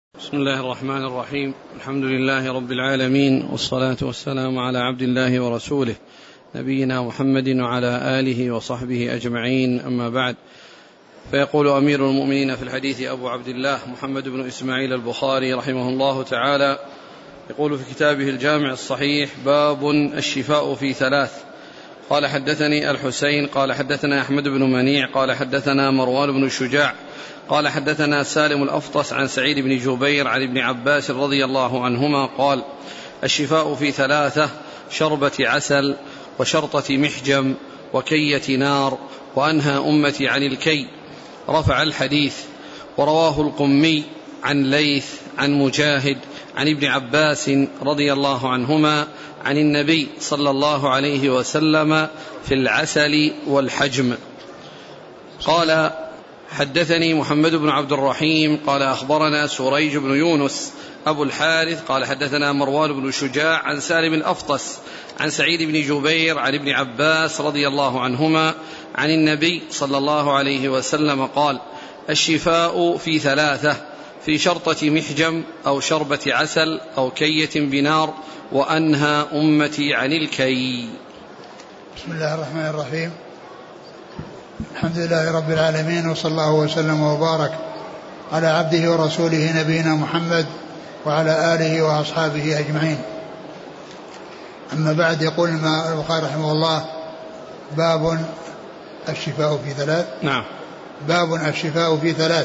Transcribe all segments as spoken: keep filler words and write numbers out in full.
بسم الله الرحمن الرحيم. الحمد لله رب العالمين، والصلاة والسلام على عبد الله ورسوله نبينا محمد وعلى آله وصحبه أجمعين، أما بعد. فيقول أمير المؤمنين في الحديث أبو عبد الله محمد بن إسماعيل البخاري رحمه الله تعالى، يقول في كتابه الجامع الصحيح: باب الشفاء في ثلاث. قال: حدثني الحسين قال حدثنا أحمد بن منيع قال حدثنا مروان بن الشجاع قال حدثنا سالم الأفطس عن سعيد بن جبير عن ابن عباس رضي الله عنهما قال: الشفاء في ثلاثة: شربة عسل، وشرطة محجم، وكية نار، وأنهى أمتي عن الكي. رفع الحديث. ورواه القمي عن ليث عن مجاهد عن ابن عباس رضي الله عنهما عن النبي صلى الله عليه وسلم في العسل والحجم. قال: حدثني محمد بن عبد الرحيم قال أخبرنا سريج بن يونس أبو الحارث قال حدثنا مروان بن شجاع عن سالم الأفطس عن سعيد بن جبير عن ابن عباس رضي الله عنهما عن النبي صلى الله عليه وسلم قال: الشفاء في ثلاثة: في شرطة محجم، أو شربة عسل، أو كية بنار، وأنهى أمتي عن الكي. بسم الله الرحمن الرحيم. الحمد لله رب العالمين، وصلى الله وسلم وبارك على عبده ورسوله نبينا محمد وعلى آله وأصحابه أجمعين. أما بعد، يقول البخاري رحمه الله: باب الشفاء في ثلاث. نعم. باب الشفاء في ثلاث.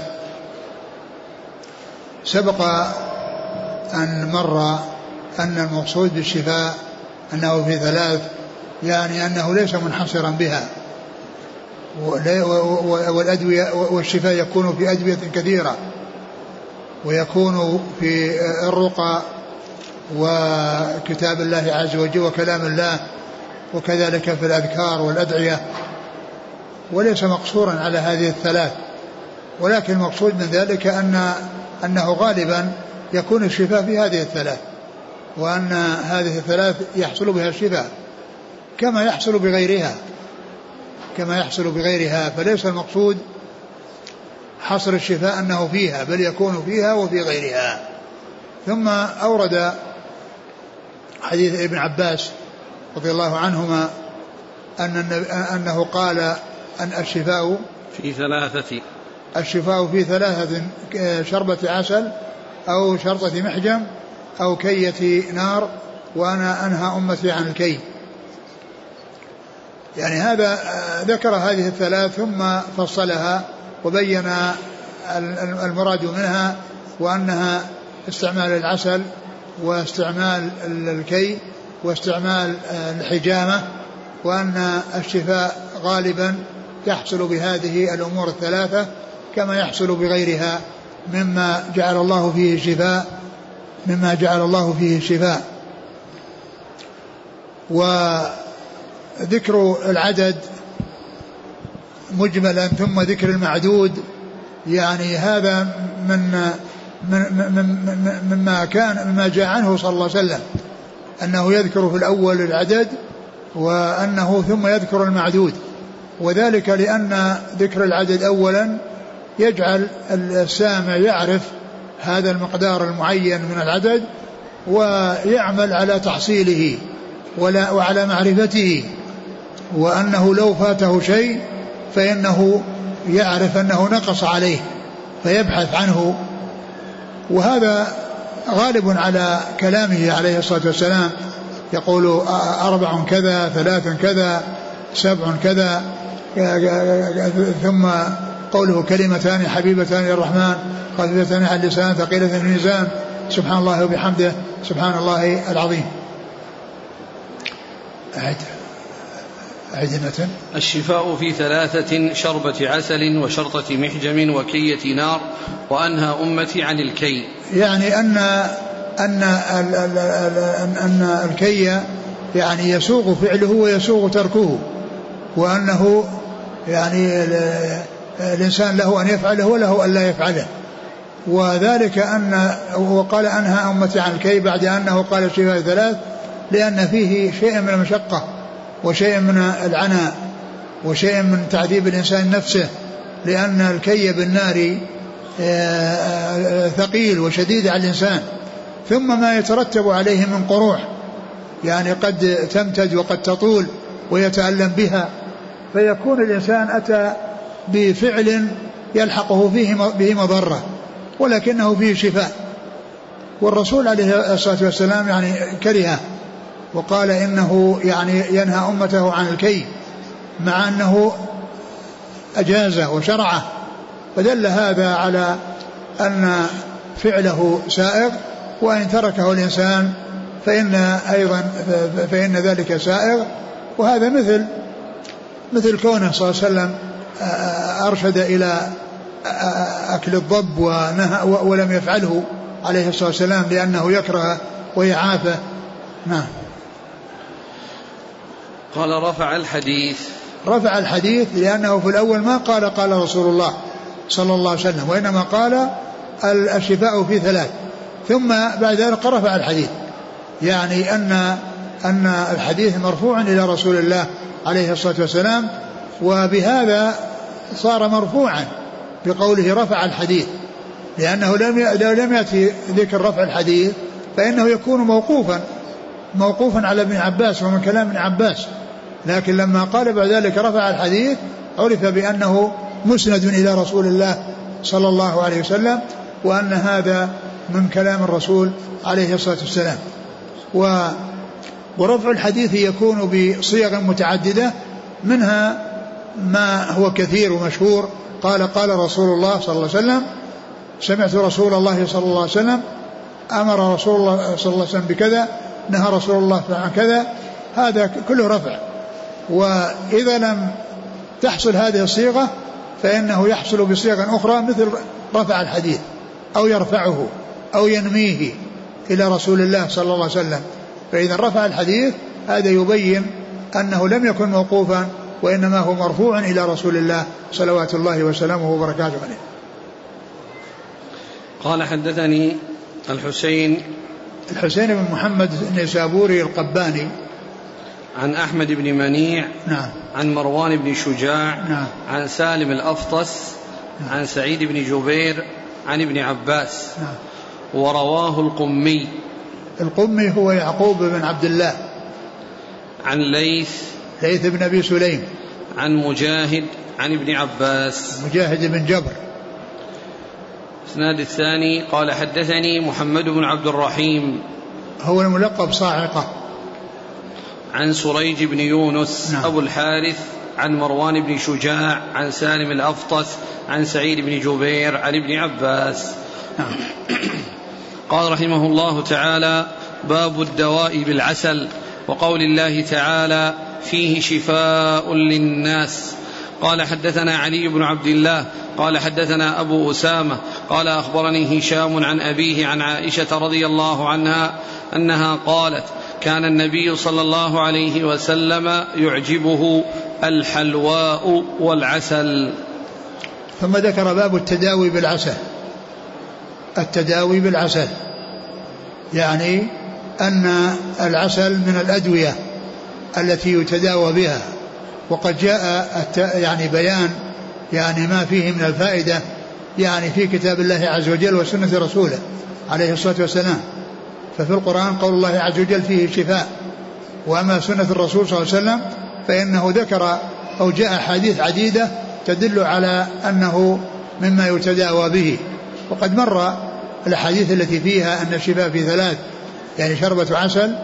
سبق أن مر أن المقصود بالشفاء أنه في ثلاث، يعني أنه ليس منحصرا بها، والأدوية والشفاء يكون في أدوية كثيرة، ويكون في الرقى وكتاب الله عز وجل وكلام الله، وكذلك في الأذكار والأدعية، وليس مقصورا على هذه الثلاث. ولكن المقصود من ذلك أن أنه غالبا يكون الشفاء في هذه الثلاث، وأن هذه الثلاث يحصل بها الشفاء كما يحصل بغيرها كما يحصل بغيرها فليس المقصود حصر الشفاء أنه فيها، بل يكون فيها وفي غيرها. ثم أورد حديث ابن عباس رضي الله عنهما أن أنه قال أن الشفاء في ثلاثة الشفاء في ثلاثة: شربة عسل، أو شرطة محجم، أو كية نار، وأنا أنهى أمتي عن الكي. يعني هذا ذكر هذه الثلاث ثم فصلها وبين المراد منها، وأنها استعمال العسل، واستعمال الكي، واستعمال الحجامة، وأن الشفاء غالبا يحصل بهذه الأمور الثلاثة كما يحصل بغيرها مما جعل الله فيه الشفاء مما جعل الله فيه الشفاء. وذكر العدد مجملا ثم ذكر المعدود، يعني هذا من مما كان مما جاء عنه صلى الله عليه وسلم، أنه يذكر في الأول العدد، وأنه ثم يذكر المعدود، وذلك لأن ذكر العدد أولا يجعل السامع يعرف هذا المقدار المعين من العدد، ويعمل على تحصيله وعلى معرفته، وأنه لو فاته شيء فإنه يعرف أنه نقص عليه فيبحث عنه. وهذا غالب على كلامه عليه الصلاة والسلام، يقول: أربع كذا، ثلاث كذا، سبع كذا، ثم قوله: كلمتان حبيبتان للرحمن خفيفتان على اللسان ثقيلة في الميزان، سبحان الله وبحمده سبحان الله العظيم. أعد أعد المتن. الشفاء في ثلاثة: شربة عسل، وشرطة محجم، وكية نار، وأنهى أمتي عن الكي. يعني أن أن أن الكي يعني يسوغ فعله ويسوغ تركه، وأنه يعني الإنسان له أن يفعله وله أن لا يفعله، وذلك أن وقال أنهى أمتي عن الكي بعد أنه قال الشفاء ثلاث، لأن فيه شيء من المشقة وشيء من العناء وشيء من تعذيب الإنسان نفسه، لأن الكي بالنار ثقيل وشديد على الإنسان، ثم ما يترتب عليه من قروح يعني قد تمتد وقد تطول ويتألم بها، فيكون الإنسان أتى بفعل يلحقه فيه به مضرة ولكنه فيه شفاء. والرسول عليه الصلاة والسلام يعني كرهه وقال إنه يعني ينهى أمته عن الكي، مع أنه أجازه وشرعه، فدل هذا على أن فعله سائغ، وإن تركه الإنسان فإن أيضا فإن ذلك سائغ. وهذا مثل مثل كونه صلى الله عليه وسلم أرشد إلى أكل الضب ونهى ولم يفعله عليه الصلاة والسلام لأنه يكره ويعافى. نعم. قال رفع الحديث رفع الحديث لأنه في الأول ما قال قال رسول الله صلى الله عليه وسلم، وإنما قال الشفاء في ثلاث، ثم بعد ذلك رفع الحديث، يعني أن أن الحديث مرفوع إلى رسول الله عليه الصلاة والسلام، وبهذا صار مرفوعا بقوله رفع الحديث، لأنه لم لو لم يأتي ذكر رفع الحديث فإنه يكون موقوفا موقوفا على ابن عباس ومن كلام ابن عباس، لكن لما قال بعد ذلك رفع الحديث عرف بأنه مسند إلى رسول الله صلى الله عليه وسلم، وأن هذا من كلام الرسول عليه الصلاة والسلام. ورفع الحديث يكون بصيغ متعددة، منها ما هو كثير ومشهور، قال قال رسول الله صلى الله عليه وسلم، سمعت رسول الله صلى الله عليه وسلم، أمر رسول الله صلى الله عليه وسلم بكذا، نهى رسول الله عن كذا، هذا كله رفع. وإذا لم تحصل هذه الصيغة فإنه يحصل بصيغة أخرى مثل رفع الحديث أو يرفعه أو ينميه إلى رسول الله صلى الله عليه وسلم. فإذا رفع الحديث هذا يبين أنه لم يكن موقوفا وإنما هو مرفوع إلى رسول الله صلوات الله وسلامه وبركاته عليه. قال حدثني الحسين الحسين بن محمد النيسابوري القباني عن أحمد بن منيع نعم عن مروان بن شجاع نعم عن سالم الأفطس نعم عن سعيد بن جبير عن ابن عباس نعم. ورواه القمي. القمي هو يعقوب بن عبد الله عن ليث ليث بن أبي سليم عن مجاهد عن ابن عباس مجاهد بن جبر. الإسناد الثاني قال حدثني محمد بن عبد الرحيم هو الملقب صاعقة عن سريج بن يونس نعم. أبو الحارث عن مروان بن شجاع عن سالم الأفطس عن سعيد بن جبير عن ابن عباس نعم. قال رحمه الله تعالى باب الدواء بالعسل وقول الله تعالى فيه شفاء للناس. قال حدثنا علي بن عبد الله قال حدثنا أبو أسامة قال أخبرني هشام عن أبيه عن عائشة رضي الله عنها أنها قالت كان النبي صلى الله عليه وسلم يعجبه الحلواء والعسل. ثم ذكر باب التداوي بالعسل. التداوي بالعسل يعني أن العسل من الأدوية التي يتداوى بها، وقد جاء يعني بيان يعني ما فيه من الفائدة يعني في كتاب الله عز وجل وسنة رسوله عليه الصلاة والسلام. ففي القرآن قول الله عز وجل فيه شفاء، وأما سنة الرسول صلى الله عليه وسلم فإنه ذكر أو جاء حديث عديدة تدل على أنه مما يتداوى به. وقد مر الحديث التي فيها أن الشفاء في ثلاث، يعني شربة عسل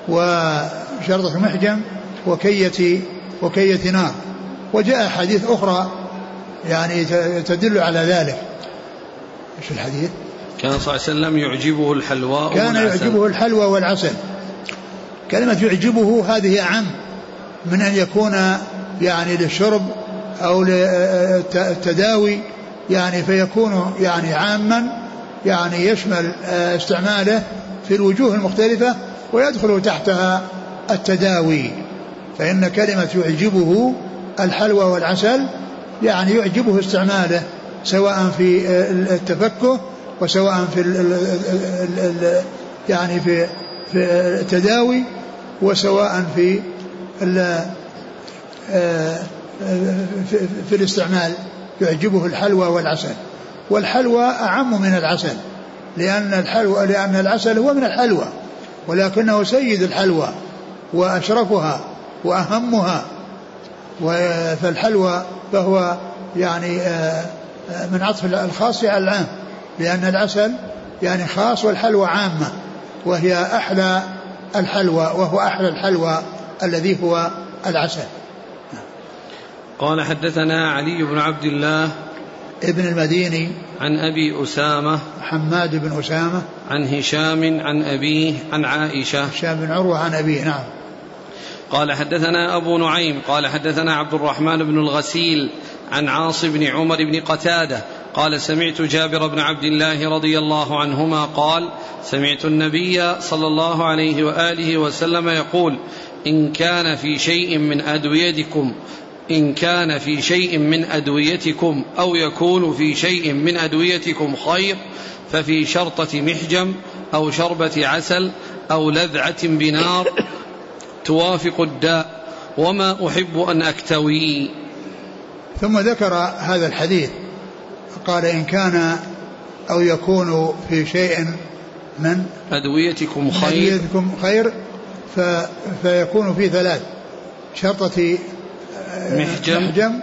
وشربة محجم وكية وكية نار. وجاء حديث أخرى يعني تدل على ذلك. ايش الحديث؟ كان صلى الله عليه وسلم يعجبه الحلوى كان والعسل. يعجبه الحلوى والعسل. كلمة يعجبه هذه أعم من أن يكون يعني للشرب أو للتداوي، يعني فيكون يعني عاما يعني يشمل استعماله في الوجوه المختلفة ويدخل تحتها التداوي. فإن كلمة يعجبه الحلوى والعسل يعني يعجبه استعماله سواء في التفكه وسواء في ال ال ال يعني في في التداوي وسواء في ال في, في الاستعمال. يعجبه الحلوى والعسل. والحلوى أعم من العسل، لأن الحلوى لأن العسل هو من الحلوى ولكنه سيد الحلوى وأشرفها وأهمها. فالحلوى فهو يعني من عطف الخاص على العام، لأن العسل يعني خاص والحلوى عامة، وهي أحلى الحلوى وهو أحلى الحلوى الذي هو العسل. قال حدثنا علي بن عبد الله ابن المديني عن أبي أسامة حماد بن أسامة عن هشام عن أبيه عن عائشة هشام بن عروة عن أبيه. نعم. قال حدثنا أبو نعيم قال حدثنا عبد الرحمن بن الغسيل عن عاصم بن عمر بن قتادة قال سمعت جابر بن عبد الله رضي الله عنهما قال سمعت النبي صلى الله عليه وآله وسلم يقول إن كان في شيء من أدويتكم إن كان في شيء من أدويتكم أو يكون في شيء من أدويتكم خير ففي شرطة محجم أو شربة عسل أو لذعة بنار توافق الداء وما أحب أن أكتوي. ثم ذكر هذا الحديث قال إن كان أو يكون في شيء من أدويتكم خير, أدويتكم خير فيكون في ثلاث شرطة محجم, محجم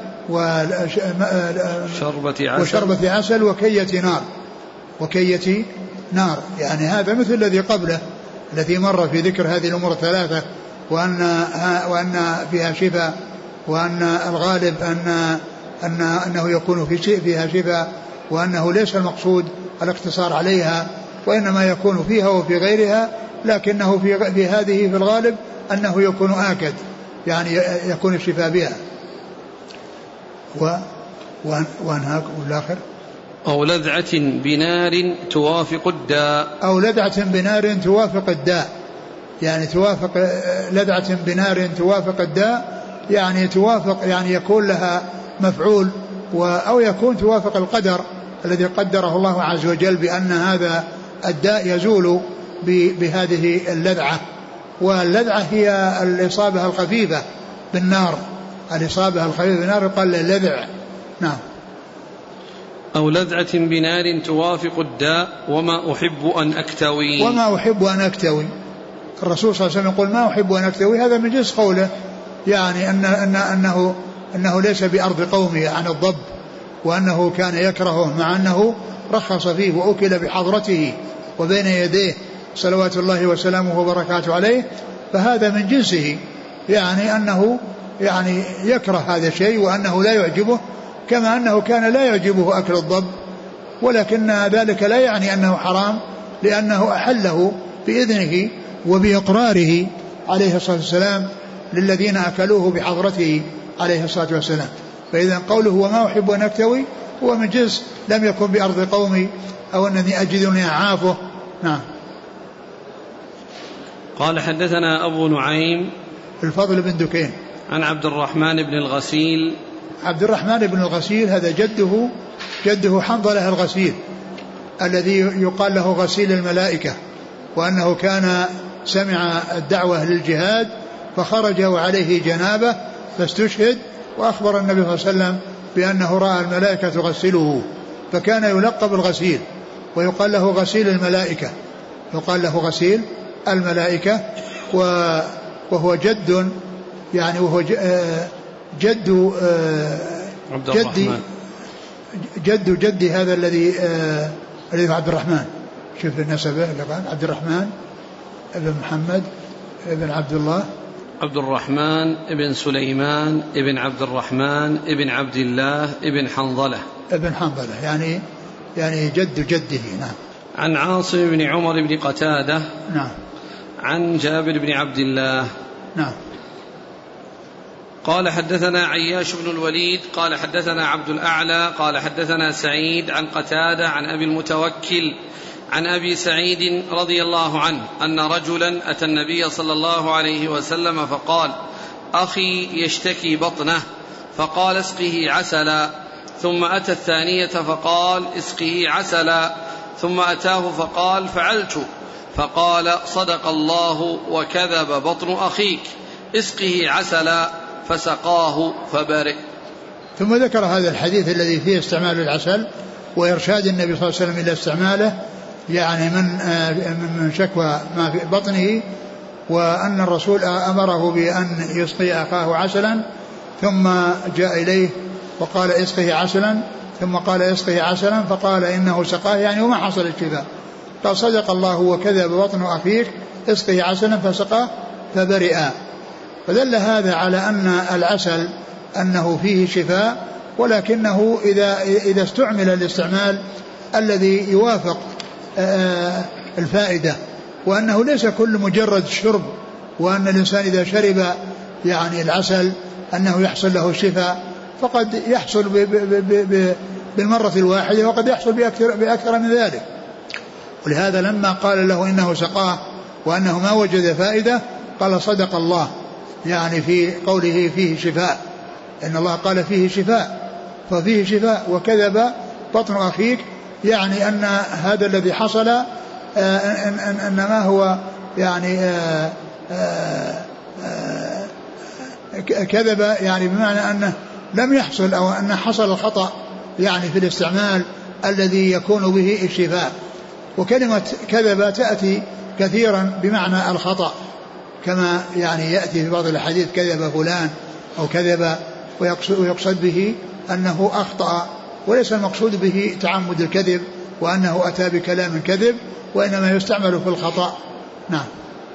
وشربة عسل, وشربة عسل وكية نار وكية نار. يعني هذا مثل الذي قبله الذي مر في ذكر هذه الأمور الثلاثة وأن, وأن فيها شفاء وأن الغالب أن أن أنه يكون في شيء فيها شفاء وأنه ليس المقصود الاقتصار عليها وإنما يكون فيها وفي غيرها، لكنه في, في هذه في الغالب أنه يكون آكد يعني يكون الشفاء بها. وأنهاك والآخر أو لذعة بنار توافق الداء أو لذعة بنار توافق الداء يعني توافق لذعة بنار توافق الداء يعني توافق يعني يكون لها مفعول أو يكون توافق القدر الذي قدره الله عز وجل بأن هذا الداء يزول بهذه اللذعة. واللذعة هي الإصابة الخفيفة بالنار، الإصابة الخفيفة بالنار قال لذع. نعم. أو لذعة بنار توافق الداء وما أحب أن أكتوي وما أحب أن أكتوي. الرسول صلى الله عليه وسلم يقول ما أحب أن أكتوي، هذا من جنس قوله يعني أن أن أنه أنه ليس بأرض قومه عن الضب وأنه كان يكرهه مع أنه رخص فيه وأكل بحضرته وبين يديه صلوات الله وسلامه وبركاته عليه، فهذا من جنسه يعني أنه يعني يكره هذا الشيء وأنه لا يعجبه كما أنه كان لا يعجبه أكل الضب، ولكن ذلك لا يعني أنه حرام لأنه أحله بإذنه وبإقراره عليه الصلاة والسلام للذين أكلوه بحضرته عليه الصلاة والسلام. فإذا قوله وما أحب أن أكتوي هو من جنس لم يكن بأرض قومي أو أنني أجدني أعافه. نعم. قال حدثنا أبو نعيم الفضل بن دكين عن عبد الرحمن بن الغسيل. عبد الرحمن بن الغسيل هذا جده جده حنظلة الغسيل الذي يقال له غسيل الملائكة، وأنه كان سمع الدعوة للجهاد فخرج وعليه جنابة فاستشهد، وأخبر النبي صلى الله عليه وسلم بأنه رأى الملائكة تغسله، فكان يلقب الغسيل ويقال له غسيل الملائكة يقال له غسيل الملائكة وهو جد يعني وهو جد جدي جد جدي هذا الذي الذي عبد الرحمن، شوف النسبة عبد الرحمن ابن محمد ابن عبد الله عبد الرحمن ابن سليمان ابن عبد الرحمن ابن عبد الله ابن حنظلة ابن حنظلة يعني يعني جد جده. نعم. عن عاصم بن عمر بن قتادة. نعم. عن جابر بن عبد الله. نعم. قال حدثنا عياش بن الوليد قال حدثنا عبد الأعلى قال حدثنا سعيد عن قتادة عن أبي المتوكل عن أبي سعيد رضي الله عنه أن رجلا أتى النبي صلى الله عليه وسلم فقال أخي يشتكي بطنه، فقال اسقه عسلا، ثم أتى الثانية فقال اسقه عسلا، ثم أتاه فقال فعلت، فقال صدق الله وكذب بطن أخيك، اسقه عسلا، فسقاه فبرئ. ثم ذكر هذا الحديث الذي فيه استعمال العسل وإرشاد النبي صلى الله عليه وسلم إلى استعماله يعني من من شكوى ما في بطنه، وأن الرسول أمره بأن يسقي أخاه عسلا ثم جاء إليه وقال اسقه عسلا، ثم قال اسقه عسلا فقال إنه سقاه يعني وما حصل الشفاء. قال صدق الله وكذب بطن أخيك اسقه عسلا فسقاه فبرئا. فدل هذا على أن العسل أنه فيه شفاء، ولكنه إذا, إذا استعمل الاستعمال الذي يوافق الفائدة، وأنه ليس كل مجرد شرب، وأن الإنسان إذا شرب يعني العسل أنه يحصل له الشفاء، فقد يحصل ب ب ب بالمرة الواحدة وقد يحصل بأكثر, بأكثر من ذلك. ولهذا لما قال له إنه سقاه وأنه ما وجد فائدة قال صدق الله، يعني في قوله فيه شفاء، إن الله قال فيه شفاء، ففيه شفاء. وكذب بطن أخيك يعني أن هذا الذي حصل إنما هو يعني آآ آآ كذب يعني بمعنى أنه لم يحصل أو أن حصل الخطأ يعني في الاستعمال الذي يكون به الشفاء. وكلمة كذب تأتي كثيرا بمعنى الخطأ، كما يعني يأتي في بعض الحديث كذب فلان أو كذب، ويقصد به أنه أخطأ، وليس المقصود به تعمد الكذب وأنه أتى بكلام كذب، وإنما يستعمل في الخطأ. نعم.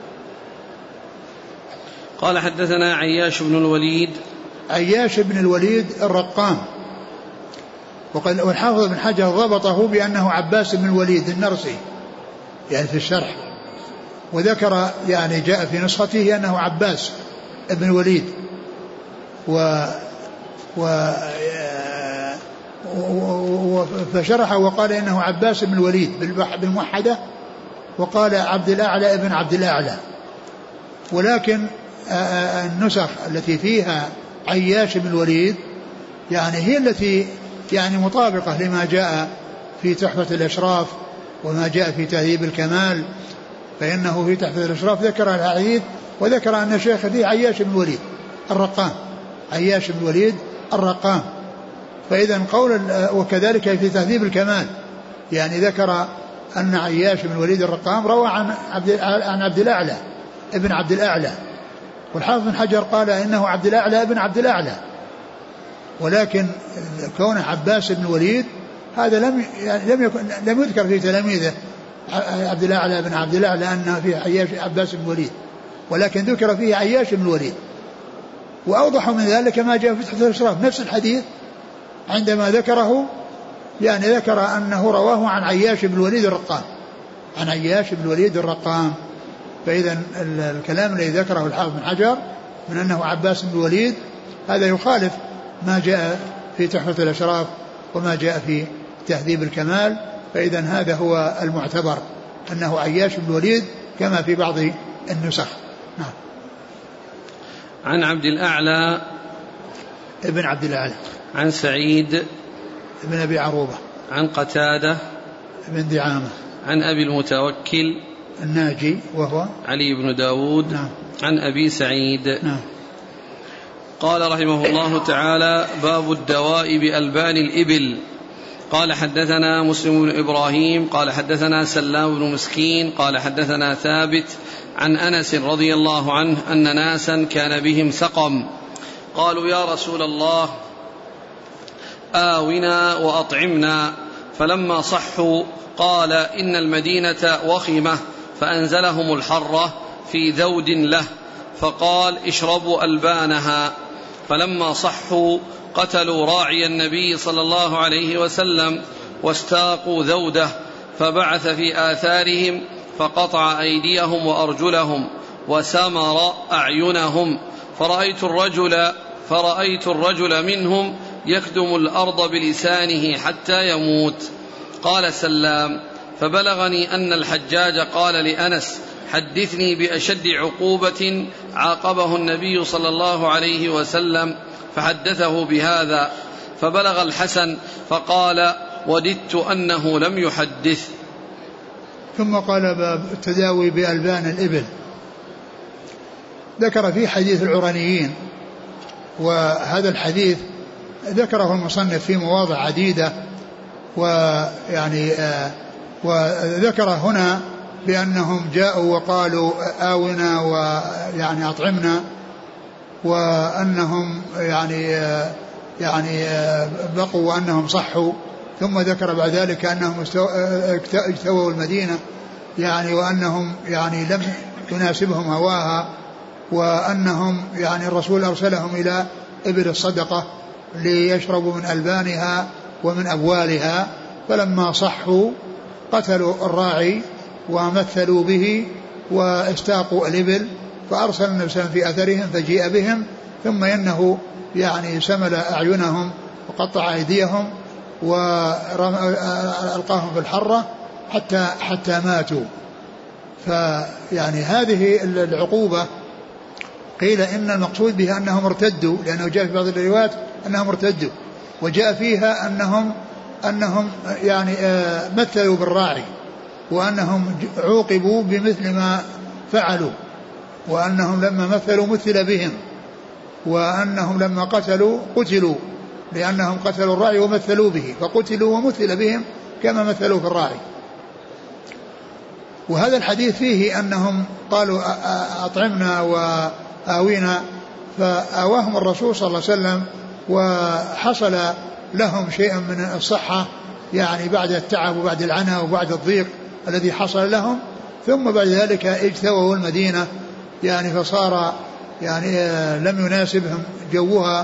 قال حدثنا عياش بن الوليد. عياش بن الوليد الرقام، والحافظ بن حجر ضبطه بأنه عباس بن الوليد النرسي يعني في الشرح، وذكر يعني جاء في نسخته أنه عباس بن الوليد، و و فشرح وقال إنه عباس بن الوليد بالموحدة، وقال عبد الأعلى ابن عبد الأعلى. ولكن النسخ التي فيها عياش بن الوليد يعني هي التي يعني مطابقة لما جاء في تحفة الأشراف وما جاء في تهذيب الكمال، فإنه في تحفة الأشراف ذكر الحديث وذكر أن الشيخ فيه عياش بن الوليد الرقام، عياش بن الوليد الرقام. فإذا قول وكذلك في تهذيب الكمال يعني ذكر أن عياش بن الوليد الرقام روى عن عبد عن عبد الأعلى ابن عبد الأعلى، والحافظ بن حجر قال إنه عبد الأعلى ابن عبد الأعلى، ولكن كون عباس بن الوليد هذا لم يعني لم يكن لم يذكر في تلاميذه عبد الأعلى بن عبد الأعلى أن فيه عياش عباس بن الوليد، ولكن ذكر فيه عياش بن الوليد. وأوضح من ذلك ما جاء في تحفة الأشراف نفس الحديث عندما ذكره يعني ذكر أنه رواه عن عياش بن الوليد الرقام، عن عياش بن الوليد الرقام. فإذا الكلام الذي ذكره الحافظ بن حجر من أنه عباس بن الوليد هذا يخالف ما جاء في تحفة الأشراف وما جاء في تهذيب الكمال. فإذا هذا هو المعتبر أنه عياش بن الوليد كما في بعض النسخ. نعم. عن عبد الأعلى ابن عبد الأعلى عن سعيد ابن أبي عروبة عن قتادة ابن دعامة عن أبي المتوكل الناجي وهو علي بن داود. نعم. عن أبي سعيد. نعم. قال رحمه الله تعالى: باب الدواء بألبان الإبل. قال حدثنا مسلم بن إبراهيم قال حدثنا سلام بن مسكين قال حدثنا ثابت عن أنس رضي الله عنه أن ناسا كان بهم سقم قالوا: يا رسول الله آونا وأطعمنا. فلما صحوا قال: إن المدينة وخمة، فأنزلهم الحرة في ذود له، فقال: اشربوا ألبانها. فلما صحوا قتلوا راعي النبي صلى الله عليه وسلم واستاقوا ذوده، فبعث في آثارهم فقطع أيديهم وأرجلهم وسمر أعينهم، فرأيت الرجل فرأيت الرجل منهم يكدم الأرض بلسانه حتى يموت. قال سلام: فبلغني أن الحجاج قال لأنس: حدثني بأشد عقوبة عاقبه النبي صلى الله عليه وسلم، فحدثه بهذا. فبلغ الحسن فقال: وددت أنه لم يحدث. ثم قال: باب التداوي بألبان الإبل. ذكر في حديث العرانيين، وهذا الحديث ذكره المصنف في مواضع عديدة، ويعني آه وذكر هنا بأنهم جاءوا وقالوا آونا ويعني أطعمنا، وأنهم يعني آه يعني آه بقوا وأنهم صحوا، ثم ذكر بعد ذلك أنهم اجتووا المدينة يعني وأنهم يعني لم يناسبهم هواها، وأنهم يعني الرسول أرسلهم إلى إبل الصدقة ليشربوا من ألبانها ومن أبوالها، فلما صحوا قتلوا الراعي ومثلوا به واستاقوا الإبل، فأرسل النبي صلى الله عليه وسلم في أثرهم فجيء بهم، ثم إنه يعني سمل أعينهم وقطع أيديهم وألقاهم في الحرة حتى حتى ماتوا. فيعني هذه العقوبة قيل إن المقصود بها أنهم ارتدوا، لأنه جاء في بعض الروايات أنهم ارتدوا، وجاء فيها أنهم أنهم يعني مثلوا بالراعي، وأنهم عوقبوا بمثل ما فعلوا، وأنهم لما مثلوا مثل بهم، وأنهم لما قتلوا قتلوا لأنهم قتلوا الراعي ومثلوا به، فقتلوا ومثل بهم كما مثلوا في الراعي. وهذا الحديث فيه أنهم قالوا أطعمنا وآوينا، فآواهم الرسول صلى الله عليه وسلم وحصل لهم شيء من الصحة يعني بعد التعب وبعد العناء وبعد الضيق الذي حصل لهم، ثم بعد ذلك اجتووا المدينة يعني فصار يعني لم يناسبهم جوها،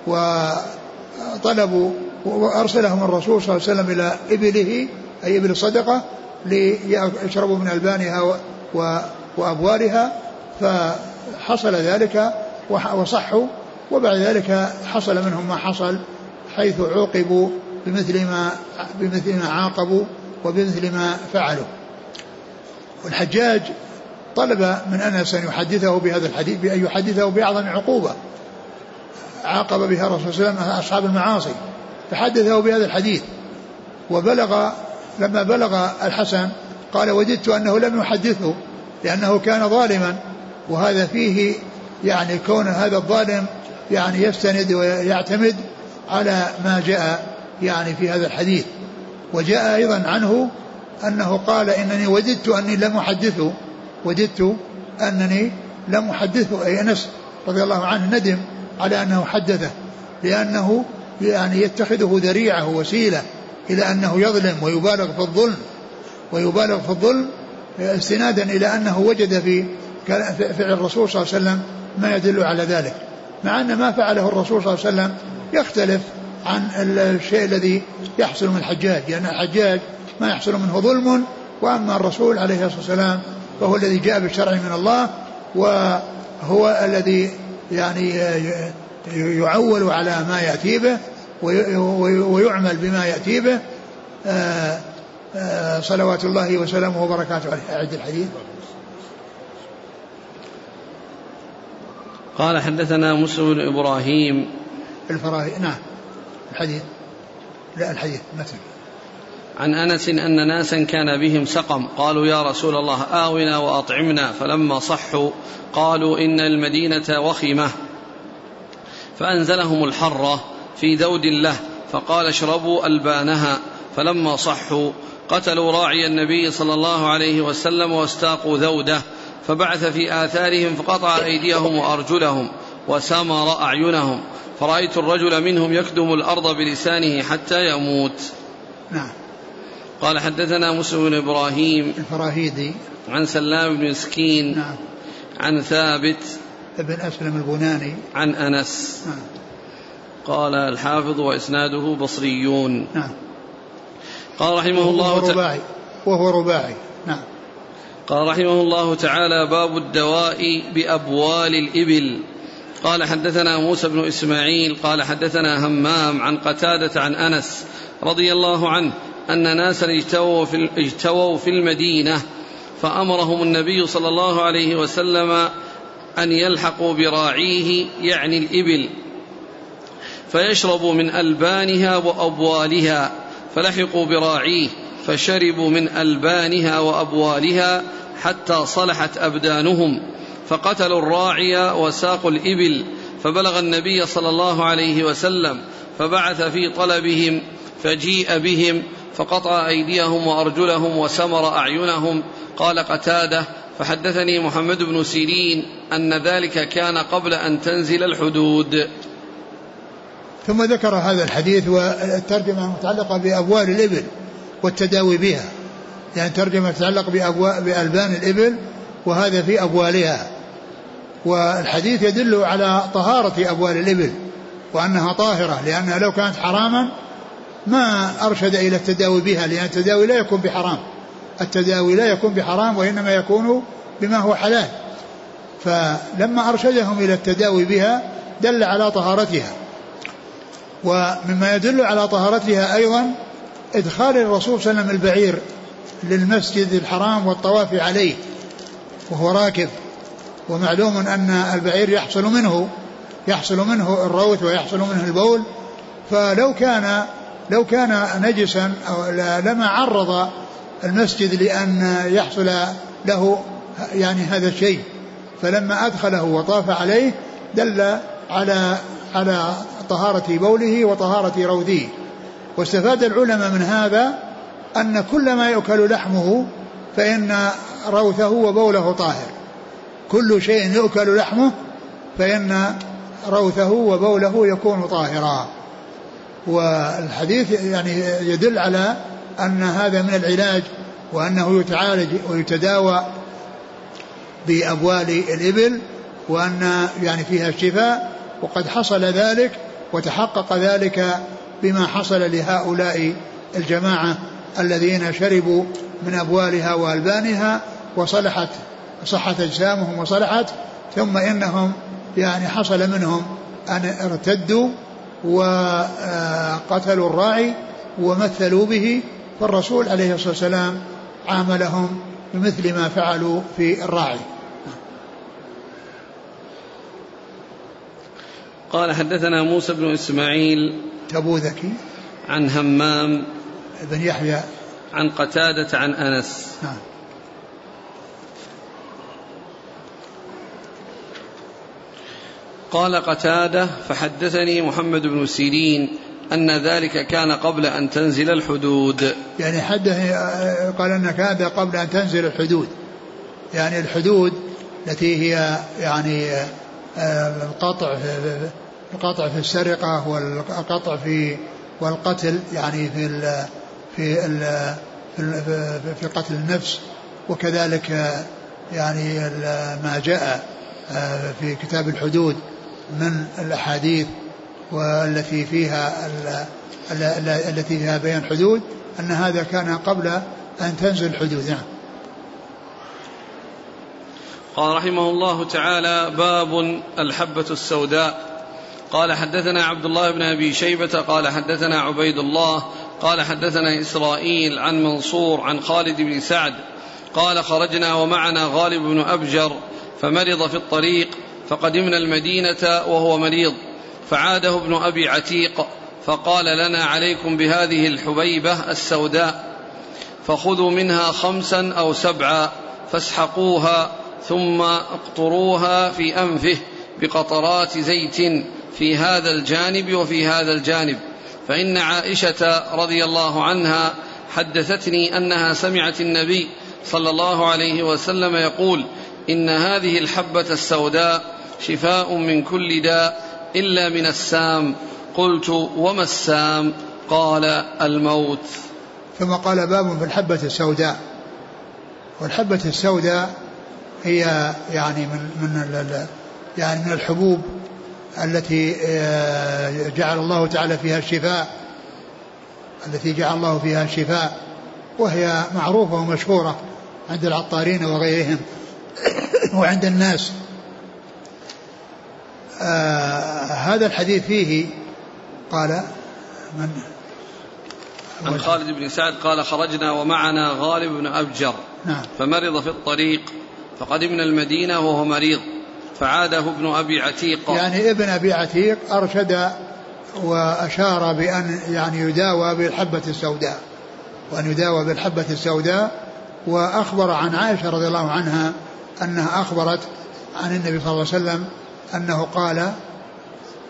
وطلبوا وأرسلهم الرسول صلى الله عليه وسلم إلى إبله أي إبل الصدقة ليشربوا من ألبانها وأبوالها، فحصل ذلك وصحوا، وبعد ذلك حصل منهم ما حصل، حيث عوقبوا بمثل ما بمثل ما عاقبوا وبمثل ما فعلوا. والحجاج طلب من أنس أن يحدثه بهذا الحديث، بأن يحدثه بأعظم عقوبة عاقب بها الرسول صلى الله عليه وسلم أصحاب المعاصي، فحدثه بهذا الحديث. وبلغ لما بلغ الحسن قال وددت أنه لم يحدثه لأنه كان ظالما، وهذا فيه يعني كون هذا الظالم يعني يستند ويعتمد على ما جاء يعني في هذا الحديث. وجاء أيضا عنه أنه قال إنني وددت أني لم أحدثه، وددت أنني لم أحدثه، أي أنس رضي الله عنه ندم على أنه حدثه، لأنه يعني يتخذه ذريعة وسيلة إلى أنه يظلم ويبالغ في الظلم ويبالغ في الظلم استنادا إلى أنه وجد في فعل الرسول صلى الله عليه وسلم ما يدل على ذلك، مع أن ما فعله الرسول صلى الله عليه وسلم يختلف عن الشيء الذي يحصل من الحجاج، لأن الحجاج ما يحصل منه ظلم، وأما الرسول عليه الصلاة والسلام فهو الذي جاء بالشرع من الله، وهو الذي يعني يعول على ما يأتي به ويعمل بما يأتي به صلوات الله وسلامه وبركاته عليه. أعد الحديث. قال حدثنا موسى بن إبراهيم الفراهي نعم الحديث لا الحديث مثل عن أنس أن ناسا كان بهم سقم قالوا يا رسول الله آونا وأطعمنا، فلما صحوا قالوا إن المدينة وخمة، فأنزلهم الحرة في ذود له فقال اشربوا ألبانها، فلما صحوا قتلوا راعي النبي صلى الله عليه وسلم واستاقوا ذوده، فبعث في آثارهم فقطع أيديهم وأرجلهم وسمر أعينهم، فرأيت الرجل منهم يكدم الأرض بلسانه حتى يموت. نعم. قال حدثنا موسى بن إبراهيم الفراهيدي عن سلام بن مسكين نعم. عن ثابت ابن أسلم البناني عن أنس. نعم. قال الحافظ وإسناده بصريون. نعم. قال رحمه الله تعالى وهو رباعي. نعم. قال رحمه الله تعالى باب الدواء بأبوال الإبل. قال حدثنا موسى بن إسماعيل قال حدثنا همام عن قتادة عن أنس رضي الله عنه أن ناسا اجتووا في, اجتووا في المدينة، فأمرهم النبي صلى الله عليه وسلم أن يلحقوا براعيه يعني الإبل فيشربوا من ألبانها وأبوالها، فلحقوا براعيه فشربوا من ألبانها وأبوالها حتى صلحت أبدانهم، فقتلوا الراعي وساقوا الإبل، فبلغ النبي صلى الله عليه وسلم فبعث في طلبهم فجيء بهم فقطع أيديهم وأرجلهم وسمر أعينهم. قال قتادة: فحدثني محمد بن سيرين أن ذلك كان قبل أن تنزل الحدود. ثم ذكر هذا الحديث والترجمة متعلقة بأبوال الإبل والتداوي بها، يعني ترجمة تتعلق بألبان الإبل وهذا في أبوالها. والحديث يدل على طهارة أبوال الإبل وأنها طاهرة، لأنها لو كانت حراما ما أرشد إلى التداوي بها، لأن التداوي لا يكون بحرام، التداوي لا يكون بحرام وإنما يكون بما هو حلال. فلما أرشدهم إلى التداوي بها دل على طهارتها. ومما يدل على طهارتها أيضا إدخال الرسول صلى الله عليه وسلم البعير للمسجد الحرام والطواف عليه وهو راكب، ومعلوم أن البعير يحصل منه يحصل منه الروث ويحصل منه البول، فلو كان لو كان نجسا أو لما عرض المسجد لأن يحصل له يعني هذا الشيء، فلما أدخله وطاف عليه دل على على طهارة بوله وطهارة روثه. واستفاد العلماء من هذا أن كل ما يؤكل لحمه فإن روثه وبوله طاهر، كل شيء يؤكل لحمه فإن روثه وبوله يكون طاهرا. والحديث يعني يدل على أن هذا من العلاج، وأنه يتعالج ويتداوى بأبوال الإبل، وأن يعني فيها الشفاء، وقد حصل ذلك وتحقق ذلك بما حصل لهؤلاء الجماعة الذين شربوا من أبوالها وألبانها وصلحت صحت أجسامهم وصلحت، ثم إنهم يعني حصل منهم أن ارتدوا وقتلوا الراعي ومثلوا به، فالرسول عليه الصلاة والسلام عاملهم بمثل ما فعلوا في الراعي. قال: حدثنا موسى بن إسماعيل تبوذكي عن همام بن يحيى عن قتادة عن أنس. نعم. قال قتادة: فحدثني محمد بن سيرين أن ذلك كان قبل أن تنزل الحدود. يعني حدث قال أن كان قبل أن تنزل الحدود، يعني الحدود التي هي يعني القطع في القطع في السرقة والقطع في والقتل، يعني في ال في ال في قتل النفس، وكذلك يعني ما جاء في كتاب الحدود من الأحاديث والتي فيها التي فيها بيان حدود، أن هذا كان قبل أن تنزل الحدود. نعم. قال رحمه الله تعالى: باب الحبة السوداء. قال: حدثنا عبد الله بن أبي شيبة قال حدثنا عبيد الله قال حدثنا إسرائيل عن منصور عن خالد بن سعد قال: خرجنا ومعنا غالب بن أبجر فمرض في الطريق، فقدمنا المدينة وهو مريض، فعاده ابن أبي عتيق فقال لنا: عليكم بهذه الحبيبة السوداء، فخذوا منها خمسا أو سبعا فاسحقوها ثم اقطروها في أنفه بقطرات زيت في هذا الجانب وفي هذا الجانب، فإن عائشة رضي الله عنها حدثتني أنها سمعت النبي صلى الله عليه وسلم يقول: إن هذه الحبة السوداء شفاء من كل داء إلا من السام. قلت: وما السام؟ قال: الموت. ثم قال: باب في الحبة السوداء. والحبة السوداء هي يعني من من يعني من الحبوب التي جعل الله تعالى فيها الشفاء التي جعل الله فيها الشفاء وهي معروفة ومشهورة عند العطارين وغيرهم وعند الناس. آه هذا الحديث فيه قال من عن خالد بن سعد قال: خرجنا ومعنا غالب بن أبجر نعم. فمرض في الطريق، فقدمنا المدينة وهو مريض، فعاده ابن أبي عتيق. يعني ابن أبي عتيق أرشد وأشار بأن يعني يداوى بالحبة السوداء، وأن يداوى بالحبة السوداء. وأخبر عن عائشة رضي الله عنها أنها أخبرت عن النبي صلى الله عليه وسلم أنه قال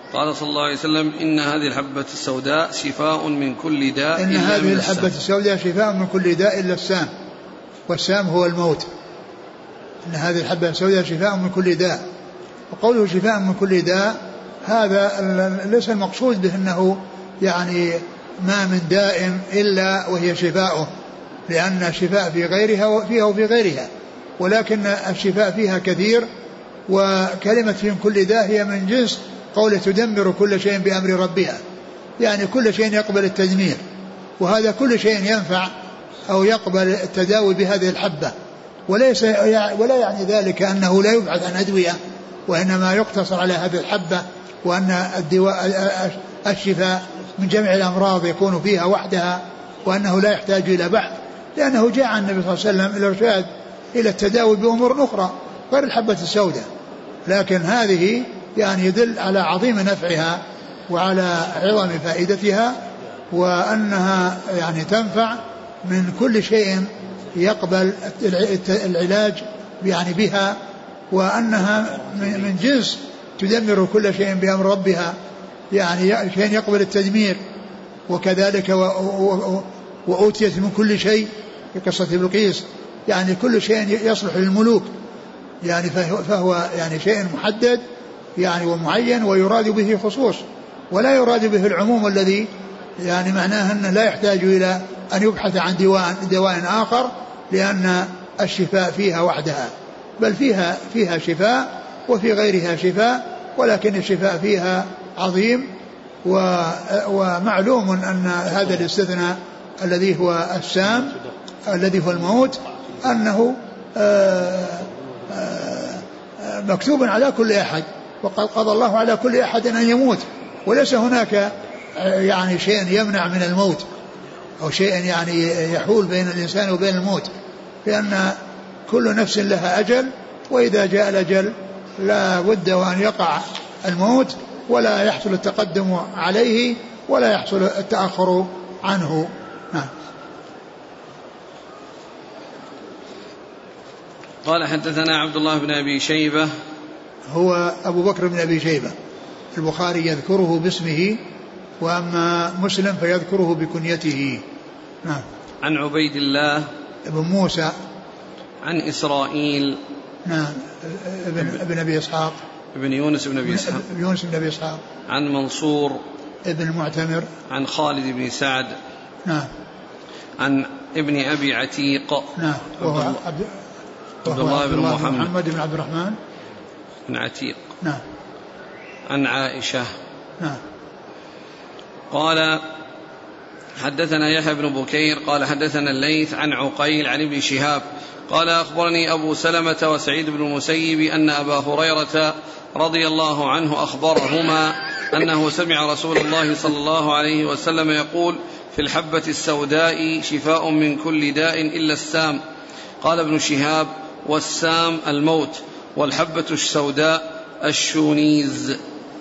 قال صلى الله عليه وسلم إن هذه الحبة السوداء شفاء من كل داء إن هذه الحبة السوداء شفاء من كل داء إلا السام، والسام هو الموت. إن هذه الحبة السوداء شفاء من كل داء، وقوله شفاء من كل داء هذا ليس المقصود به أنه يعني ما من داء إلا وهي شفاؤه، لأن الشفاء في غيرها وفيها وفي غيرها، ولكن الشفاء فيها كثير. وكلمة في كل داء هي من جنس قوله تدمر كل شيء بأمر ربها، يعني كل شيء يقبل التدمير، وهذا كل شيء ينفع أو يقبل التداوي بهذه الحبة، وليس ولا يعني ذلك أنه لا يبحث عن أدوية، وإنما يقتصر على هذه الحبة، وأن الدواء الشفاء من جميع الأمراض يكون فيها وحدها، وأنه لا يحتاج إلى بحث، لأنه جاء عن النبي صلى الله عليه وسلم الإرشاد إلى التداوي بأمور أخرى غير الحبة السوداء، لكن هذه يعني يدل على عظيم نفعها وعلى عظم فائدتها، وأنها يعني تنفع من كل شيء يقبل العلاج يعني بها، وأنها من جنس تدمر كل شيء بأمر ربها، يعني شيء يقبل التدمير. وكذلك وأوتيت من كل شيء في قصة بلقيس، يعني كل شيء يصلح للملوك، يعني فهو يعني شيء محدد يعني ومعين، ويراد به خصوص، ولا يراد به العموم الذي يعني معناه أنه لا يحتاج إلى أن يبحث عن دواء, دواء آخر، لأن الشفاء فيها وحدها، بل فيها فيها شفاء وفي غيرها شفاء، ولكن الشفاء فيها عظيم. ومعلوم أن هذا الاستثناء الذي هو السام الذي هو الموت أنه مكتوب على كل أحد، وقد قضى الله على كل أحد أن يموت، وليس هناك يعني شيء يمنع من الموت أو شيء يعني يحول بين الإنسان وبين الموت، لأن كل نفس لها أجل، وإذا جاء الأجل لا بد وأن يقع الموت، ولا يحصل التقدم عليه ولا يحصل التأخر عنه. نعم. قال حدثنا عبد الله بن أبي شيبة، هو أبو بكر بن أبي شيبة، البخاري يذكره باسمه، وأما مسلم فيذكره بكنيته. نعم. عن عبيد الله ابن موسى، عن إسرائيل، نعم، ابن, ابن أبي إسحاق، ابن يونس بن أبي إسحاق، يونس بن أبي إسحاق، عن منصور ابن المعتمر، عن خالد بن سعد، نعم، عن ابن أبي عتيق، نعم، وهو عبد, عبد الله بن محمد, محمد بن عبد الرحمن بن عتيق، نعم، عن عائشة، نعم. قال حدثنا يحيى بن بكير قال حدثنا الليث عن عقيل عن ابن شهاب قال أخبرني أبو سلمة وسعيد بن المسيب أن أبا هريرة رضي الله عنه أخبرهما أنه سمع رسول الله صلى الله عليه وسلم يقول في الحبة السوداء شفاء من كل داء إلا السام. قال ابن شهاب والسام الموت، والحبة السوداء الشونيز.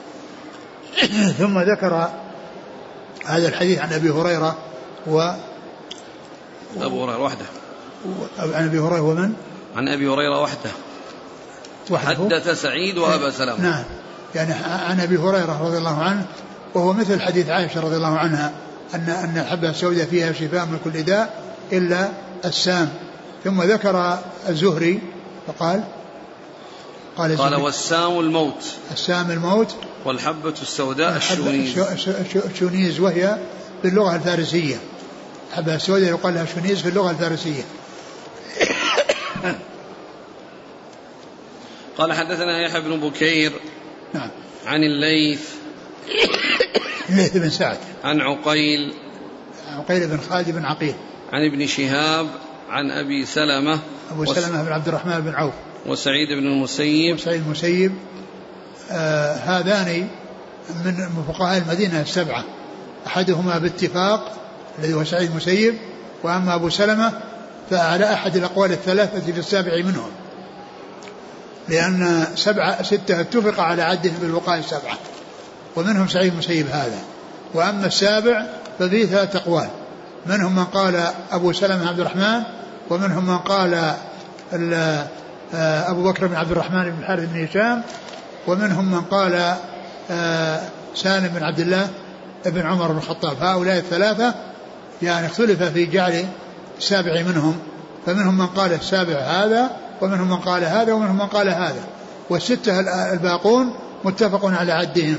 ثم ذكر هذا الحديث عن أبي هريرة و أبو هريرة وحده، عن أبي هريرة ومن؟ عن أبي هريرة وحده، حدث سعيد وأبا سلمة. نعم، يعني عن أبي هريرة رضي الله عنه، وهو مثل حديث عائشة رضي الله عنها أن أن الحبة السوداء فيها شفاء من كل داء إلا السام. ثم ذكر الزهري فقال قال, قال والسام الموت، السام الموت، والحبة السوداء الشونيز. الشونيز وهي باللغة الفارسية، الحبة السوداء يقال لها شونيز في اللغة الفارسية. قال حدثنا يحيى بن بكير، نعم، عن الليث الليث بن سعد، عن عقيل عقيل بن خالد بن عقيل، عن ابن شهاب عن أبي سلمة أبو سلمة بن عبد الرحمن بن عوف، وسعيد بن المسيب وسعيد المسيب آه هذان من فقهاء المدينة السبعة، أحدهما باتفاق الذي هو سعيد المسيب، وأما أبو سلمة فعلى أحد الأقوال الثلاثة في السابع منهم، لأن سبعة ستة اتفق على عدهم بالوقاء السبعة، ومنهم سعيد المسيب هذا. وأما السابع ففيه ثلاثة أقوال، منهم من قال أبو سلمة عبد الرحمن، ومنهم من قال أبو بكر بن عبد الرحمن بن الحارث بن هشام، ومنهم من قال سالم بن عبد الله بن عمر بن الخطاب. هؤلاء الثلاثة يعني اختلف في جعل السابع منهم، فمنهم من قال السابع هذا، ومنهم من قال هذا، ومنهم من قال هذا، والستة الباقون متفق على عدهم.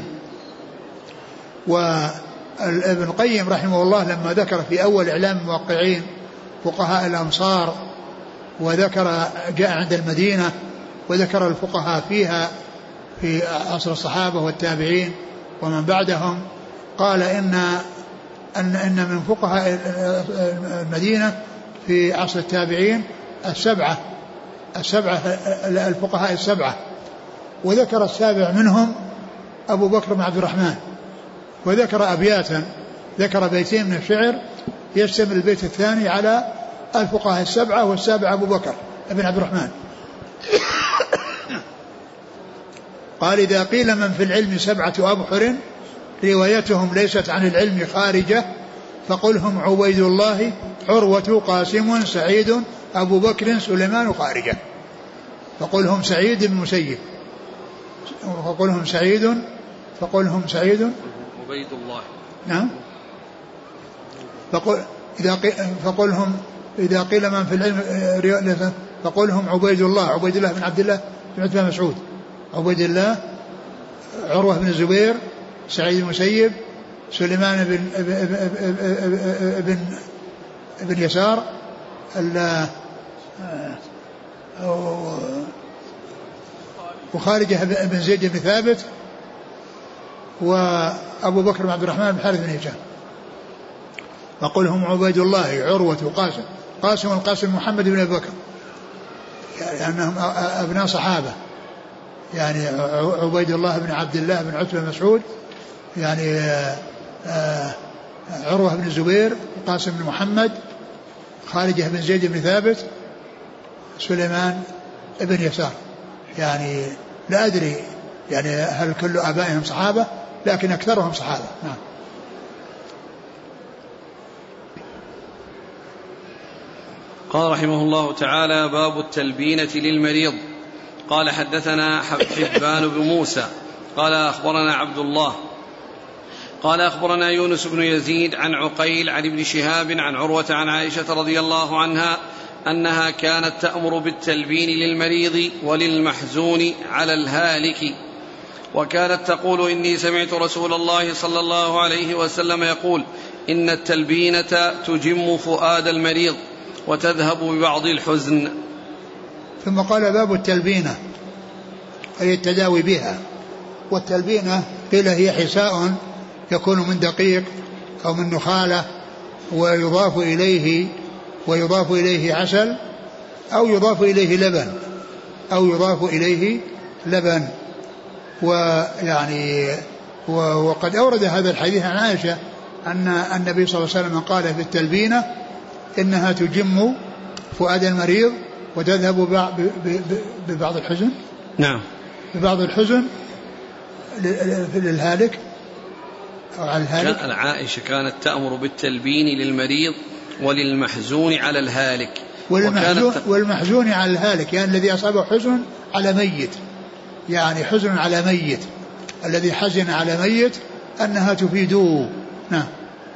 وابن القيم رحمه الله لما ذكر في أول إعلام الموقعين فقهاء الأمصار، وذكر جاء عند المدينة وذكر الفقهاء فيها في عصر الصحابة والتابعين ومن بعدهم، قال إن أن إن من فقهاء المدينة في عصر التابعين السبعة السبعة الفقهاء السبعة، وذكر السابع منهم أبو بكر بن عبد الرحمن، وذكر أبياتا، ذكر بيتين من الشعر يشتمل البيت الثاني على الفقهاء السبعة، والسابع أبو بكر بن عبد الرحمن. قال إذا قيل من في العلم سبعة أبحر روايتهم ليست عن العلم خارجة فقل هم عبيد الله عروة قاسم سعيد أبو بكر سليمان خارجة. فقل هم سعيد بن مسيب، فقل هم سعيد فقل هم سعيد عبيد الله. نعم. فقل إذا قيل فقل هم إذا قيل من في العلم فقل هم عبيد الله عبيد الله بن عبد الله بن عتبة مسعود، عبيد الله عروة بن الزبير سعيد بن مسيب سليمان بن ابن ابن يسار وخارجة بن زيد بن ثابت وأبو بكر بن عبد الرحمن بن حارث بن هشام. فقل هم عبيد الله عروة قاسم قاسم القاسم محمد بن أبي بكر لأنهم يعني أبناء صحابة، يعني عبيد الله بن عبد الله بن عتبة مسعود، يعني عروة بن الزبير قاسم بن محمد خارجة بن زيد بن ثابت سليمان بن يسار. يعني لا أدري يعني هل كل آبائهم صحابة، لكن أكثرهم صحابة. نعم. قال رحمه الله تعالى باب التلبينة للمريض. قال حدثنا حبان بن موسى قال أخبرنا عبد الله قال أخبرنا يونس بن يزيد عن عقيل عن ابن شهاب عن عروة عن عائشة رضي الله عنها أنها كانت تأمر بالتلبين للمريض وللمحزون على الهالك، وكانت تقول إني سمعت رسول الله صلى الله عليه وسلم يقول إن التلبينة تجم فؤاد المريض وتذهب ببعض الحزن. ثم قال باب التلبينة أي التداوي بها. والتلبينة قيل هي حساء يكون من دقيق أو من نخالة ويضاف إليه ويضاف إليه عسل أو يضاف إليه لبن أو يضاف إليه لبن. ويعني وقد أورد هذا الحديث عن عائشة أن النبي صلى الله عليه وسلم قال في التلبينة إنها تجم فؤاد المريض وتذهب ببعض الحزن. نعم. ببعض الحزن للهالك أو على الهالك. عائشة كانت تأمر بالتلبين للمريض وللمحزون على الهالك. والمحزون, والمحزون على الهالك يعني الذي أصابه حزن على ميت، يعني حزن على ميت، الذي حزن على ميت أنها تفيده. نعم.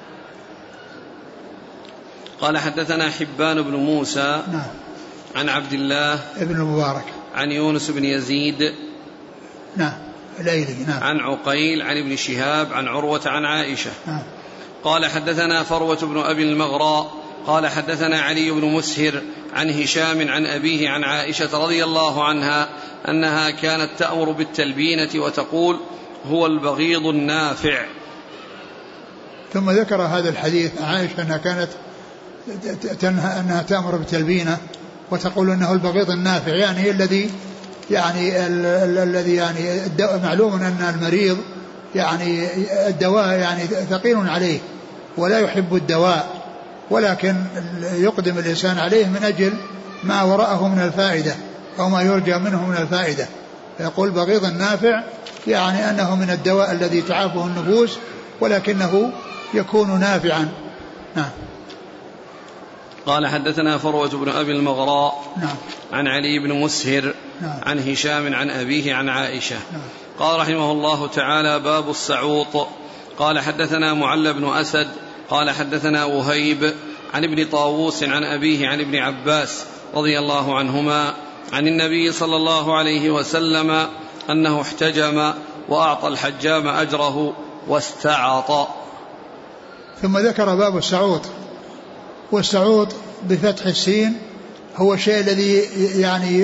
قال حدثنا حبان بن موسى نعم. عن عبد الله ابن المبارك عن يونس بن يزيد نعم الأيلي نعم. عن عقيل عن ابن شهاب عن عروة عن عائشة. نعم. قال حدثنا فروة بن أبي المغراء قال حدثنا علي بن مسهر عن هشام عن أبيه عن عائشة رضي الله عنها أنها كانت تأمر بالتلبينة وتقول هو البغيض النافع. ثم ذكر هذا الحديث عائشة أنها كانت تنهى أنها تأمر بالتلبينة وتقول أنه البغيض النافع، يعني الذي يعني الذي يعني معلوم أن المريض يعني الدواء يعني ثقيل عليه ولا يحب الدواء، ولكن يقدم الإنسان عليه من أجل ما وراءه من الفائدة أو ما يرجى منه من الفائدة. فيقول بغيض النافع يعني أنه من الدواء الذي تعافه النفوس ولكنه يكون نافعا. نعم. قال حدثنا فروة بن أبي المغراء نعم. عن علي بن مسهر نعم. عن هشام عن أبيه عن عائشة نعم. قال رحمه الله تعالى: باب السعوط. قال حدثنا معل بن أسد قال حدثنا وهيب عن ابن طاووس عن أبيه عن ابن عباس رضي الله عنهما عن النبي صلى الله عليه وسلم أنه احتجم وأعطى الحجام أجره واستعط. ثم ذكر باب السعوط. والسعوط بفتح السين هو الشيء الذي يعني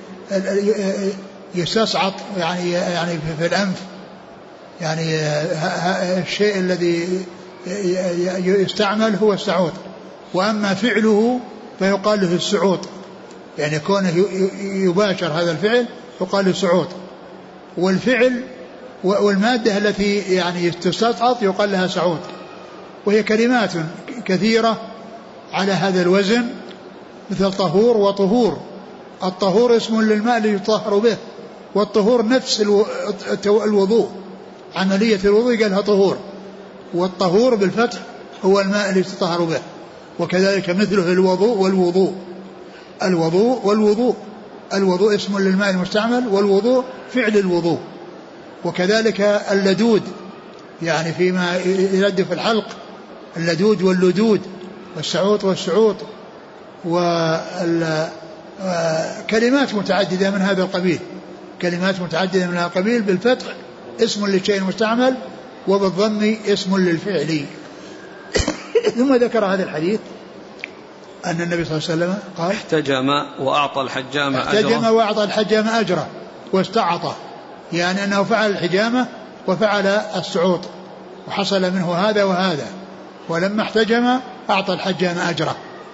يستصعط يعني يعني في الأنف، يعني الشيء الذي يستعمل هو السعوط. وأما فعله فيقال له السعوط، يعني كونه يباشر هذا الفعل يقال له السعوط. والفعل والمادة التي يعني تستسعط يقال لها سعوط. وهي كلمات كثيرة على هذا الوزن، مثل طهور وطهور. الطهور اسم للماء الذي يطهر به، والطهور نفس الوضوء، عملية الوضوء قالها طهور. والطهور بالفتح هو الماء الذي يطهر به. وكذلك مثله الوضوء والوضوء. الوضوء والوضوء الوضوء اسم للماء المستعمل، والوضوء فعل الوضوء. وكذلك اللدود، يعني فيما يلد في الحلق، اللدود واللدود والسعوط والسعوط، وكلمات متعددة من هذا القبيل. كلمات متعددة من هذا القبيل بالفتح اسم للشيء المستعمل، وبالضم اسم للفعل. ثم ذكر هذا الحديث أن النبي صلى الله عليه وسلم قال: احتجم وأعطى الحجام أجره. احتجم وأعطى الحجام أجره واستعطى، يعني أنه فعل الحجامة وفعل السعوط، وحصل منه هذا وهذا. ولما احتجم أعطى الحجام أجره.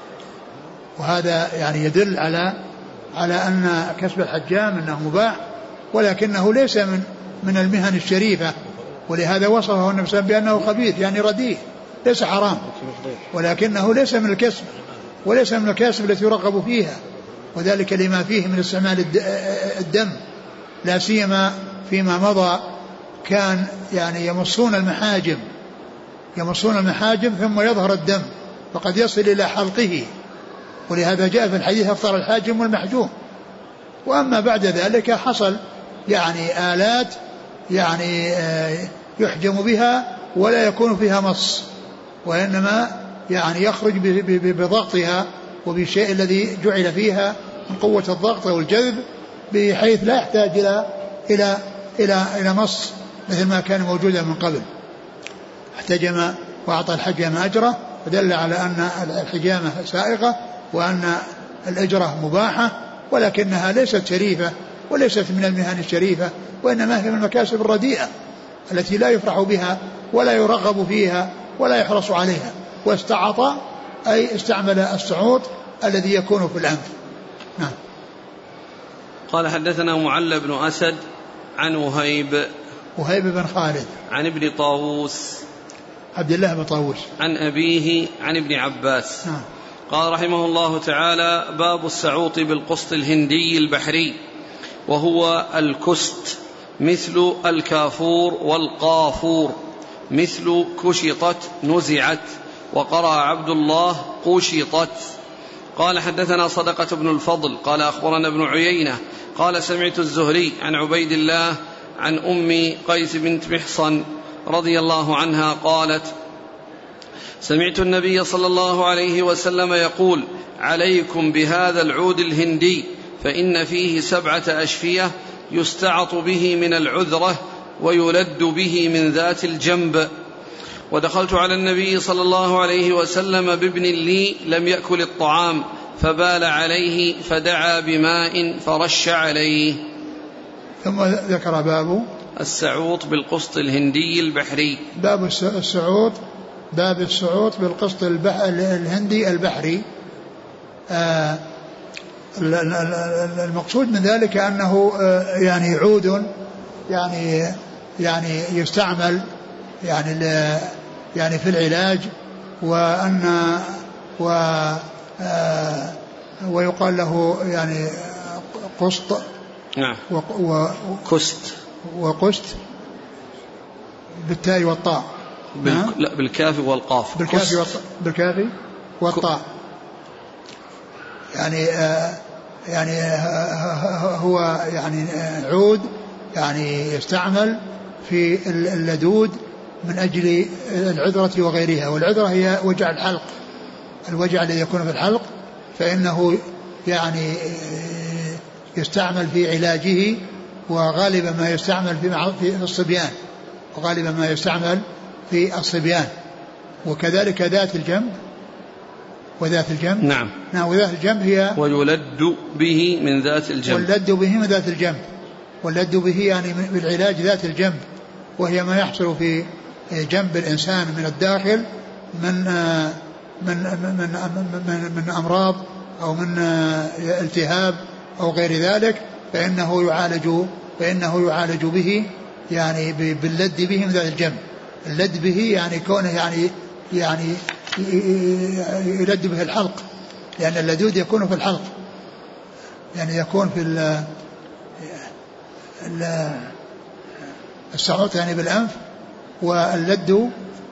وهذا يعني يدل على على أن كسب الحجام أنه مباح، ولكنه ليس من من المهن الشريفة. ولهذا وصفه النبي صلى الله عليه وسلم بأنه خبيث، يعني رديء، ليس حرام، ولكنه ليس من الكسب، وليس من الكسب التي يرغب فيها، وذلك لما فيه من استعمال الدم، لا سيما فيما مضى كان يعني يمصون المحاجم يمصون المحاجم ثم يظهر الدم، فقد يصل إلى حلقه. ولهذا جاء في الحديث: أفطر الحاجم والمحجوم. وأما بعد ذلك حصل يعني آلات يعني يحجم بها ولا يكون فيها مص، وإنما يعني يخرج بضغطها وبالشيء الذي جعل فيها من قوة الضغط والجذب، بحيث لا يحتاج إلى إلى إلى إلى مص مثل ما كان موجودا من قبل. احتجم وأعطى الحجام أجره، ودل على أن الحجامة سائغة، وأن الأجرة مباحة، ولكنها ليست شريفة وليست من المهن الشريفة، وإنما هي من المكاسب الرديئة التي لا يفرح بها ولا يرغب فيها ولا يحرص عليها. واستعطى أي استعمل السعوط الذي يكون في الأنف. نعم. قال حدثنا معل بن أسد عن وهيب وهيب بن خالد عن ابن طاووس عبد الله بن طاووس عن أبيه عن ابن عباس. نعم. قال رحمه الله تعالى: باب السعوط بالقسط الهندي البحري، وهو الكست مثل الكافور والقافور، مثل كشطت نزعت، وقرأ عبد الله قشطت. قال حدثنا صدقة بن الفضل قال أخبرنا ابن عيينة قال سمعت الزهري عن عبيد الله عن أم قيس بنت محصن رضي الله عنها قالت: سمعت النبي صلى الله عليه وسلم يقول: عليكم بهذا العود الهندي، فإن فيه سبعة أشفية يستعط به من العذرة، ويلد به من ذات الجنب. ودخلت على النبي صلى الله عليه وسلم بابن لي لم يأكل الطعام، فبال عليه فدعا بماء فرش عليه. ثم ذكر باب السعوط بالقسط الهندي البحري. باب السعوط باب السعوط بالقسط الهندي البحري. آه المقصود من ذلك أنه يعني عود يعني يعني يستعمل يعني يعني في العلاج، وأن و ويقال له يعني قسط. نعم. وكست وقست بالتاء والطاء. بال... نعم. لا بالكاف والقاف. بالكاف والطاء. بالكاف والطاء. يعني آه يعني هو يعني عود يعني يستعمل في اللدود من أجل العذرة وغيرها. والعذرة هي وجع الحلق، الوجع الذي يكون في الحلق، فإنه يعني يستعمل في علاجه، وغالبا ما يستعمل في الصبيان، وغالبا ما يستعمل في الصبيان. وكذلك ذات الجنب، وذات الجنب نعم نعم وذات الجنب هي ويلد به من ذات الجنب، واللد به من ذات الجنب، واللد به يعني بالعلاج ذات الجنب، وهي ما يحصل في جنب الإنسان من الداخل من من من من, من أمراض أو من التهاب أو غير ذلك، فإنه يعالج فإنه يعالج به يعني باللد به من ذات الجنب. اللد به يعني كونه يعني يعني يلد به الحلق، لأن اللدود يكون في الحلق، يعني يكون في ال السعوط يعني بالأنف، واللد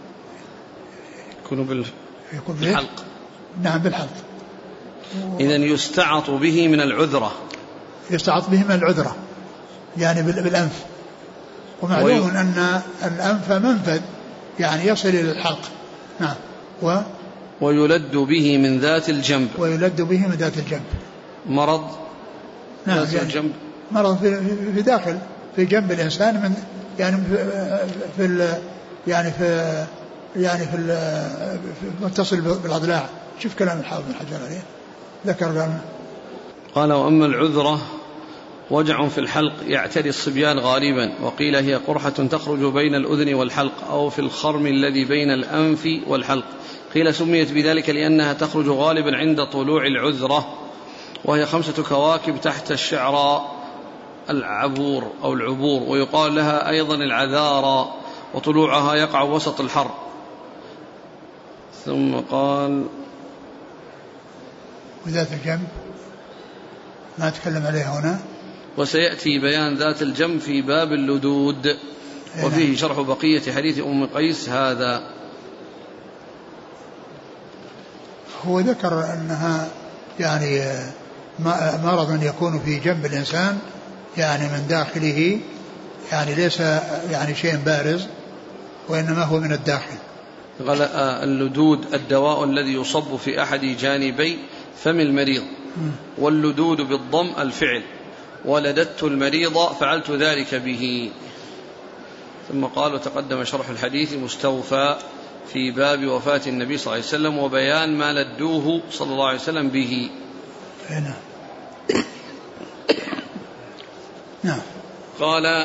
يكون بال... يكون بالحلق. نعم بالحلق. إذن يستعط به من العذرة، يستعط به من العذرة يعني بالأنف. ومعلوم وي... أن الأنف منفذ يعني يصل إلى الحلق. نعم. و... ويلد به من ذات الجنب، ويلد به من ذات الجنب مرض نعم ذات يعني الجنب، مرض في, في داخل في جنب الإنسان من يعني في, في ال... يعني في يعني في, في متصل بالأضلاع. شوف كلام الحافظ بن حجر عليه ذكر قال قال وأما العذرة وجع في الحلق يعتري الصبيان غالبا، وقيل هي قرحة تخرج بين الأذن والحلق أو في الخرم الذي بين الأنف والحلق. قيل سميت بذلك لأنها تخرج غالبا عند طلوع العذرة، وهي خمسة كواكب تحت الشعراء العبور أو العبور، ويقال لها أيضا العذارى، وطلوعها يقع وسط الحر. ثم قال وذات الجنب ما أتكلم عليها هنا، وسيأتي بيان ذات الجنب في باب اللدود، وفيه شرح بقية حديث أم قيس هذا. هو ذكر أنها يعني مرض يكون في جنب الإنسان يعني من داخله، يعني ليس يعني شيء بارز، وإنما هو من الداخل. قال اللدود الدواء الذي يصب في أحد جانبي فم المريض، واللدود بالضم الفعل، ولددت المريض فعلت ذلك به. ثم قال وتقدم شرح الحديث مستوفى في باب وفاة النبي صلى الله عليه وسلم وبيان ما لدوه صلى الله عليه وسلم به. هنا. نعم. قال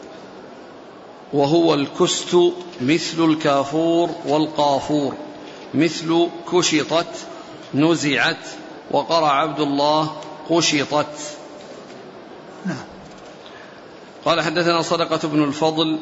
وهو الكست مثل الكافور والقافور، مثل كشطت نزعت، وقرأ عبد الله قشطت. نعم. قال حدثنا صدقة بن الفضل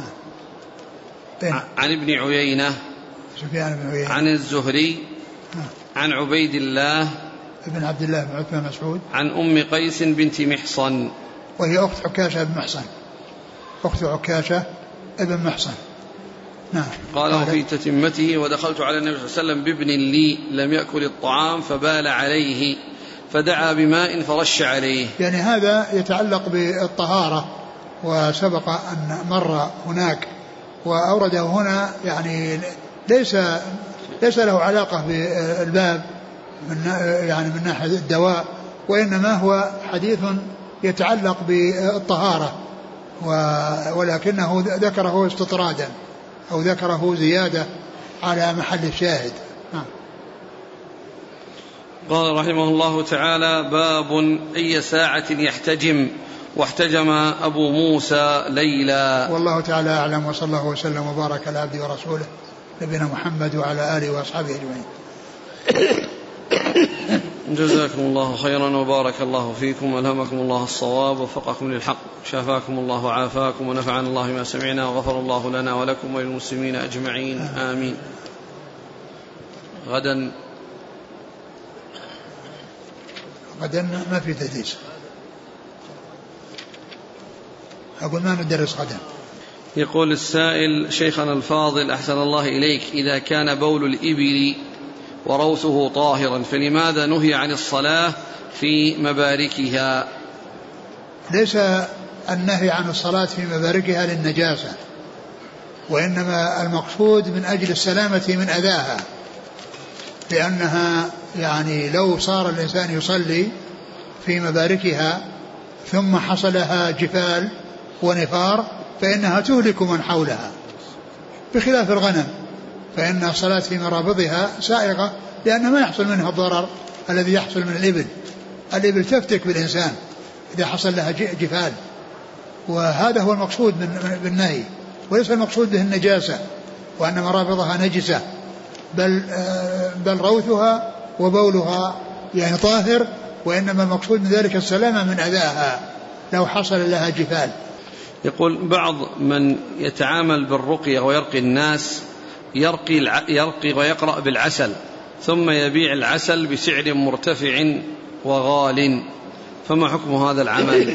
نعم. عن ابن عيينة سفيان بن عيينة عن الزهري نعم. عن عبيد الله ابن عبد الله بن عتبة مسعود عن أم قيس بنت محصن، وهي أخت عكاشة بن محصن، أخت عكاشة ابن محصن. نعم. قال في تتمته ودخلت على النبي صلى الله عليه وسلم بابن لي لم يأكل الطعام فبال عليه فدعا بماء فرش عليه. يعني هذا يتعلق بالطهارة، وسبق أن مر هناك وأورده هنا، يعني ليس ليس له علاقة بالباب من يعني من ناحية الدواء، وإنما هو حديث يتعلق بالطهارة، ولكنه ذكره استطرادا أو ذكره زيادة على محل الشاهد. قال رحمه الله تعالى باب أي ساعة يحتجم، واحتجم أبو موسى ليلا. والله تعالى أعلم، وصلى الله وسلم وبارك على عبده ورسوله نبينا محمد وعلى آله وأصحابه أجمعين. جزاكم الله خيرا وبارك الله فيكم، ألهمكم الله الصواب ووفقكم للحق، شافاكم الله وعافاكم، ونفعنا الله ما سمعنا، وغفر الله لنا ولكم وللمسلمين أجمعين آمين. غدا غدا ما في تدريس، أقول ما ندرس غدا. يقول السائل شيخنا الفاضل أحسن الله إليك، إذا كان بول الإبل وروثه طاهرا فلماذا نهي عن الصلاة في مباركها؟ ليس النهي عن الصلاة في مباركها للنجاسة، وإنما المقصود من أجل السلامة من أذاها، لأنها يعني لو صار الإنسان يصلي في مباركها ثم حصلها جفال ونفار فإنها تهلك من حولها، بخلاف الغنم فإن الصلاة في مرابضها سائغة، لأن ما يحصل منها الضرر الذي يحصل من الإبل. الإبل تفتك بالإنسان إذا حصل لها جفال، وهذا هو المقصود بالنهي، وليس المقصود به النجاسة وأن مرابضها نجسة، بل, بل روثها وبولها يعني طاهر، وإنما المقصود من ذلك السلامة من أذاها لو حصل لها جفال. يقول بعض من يتعامل بالرقية ويرقي الناس يرقي, يرقي ويقرأ بالعسل ثم يبيع العسل بسعر مرتفع وغال، فما حكم هذا العمل؟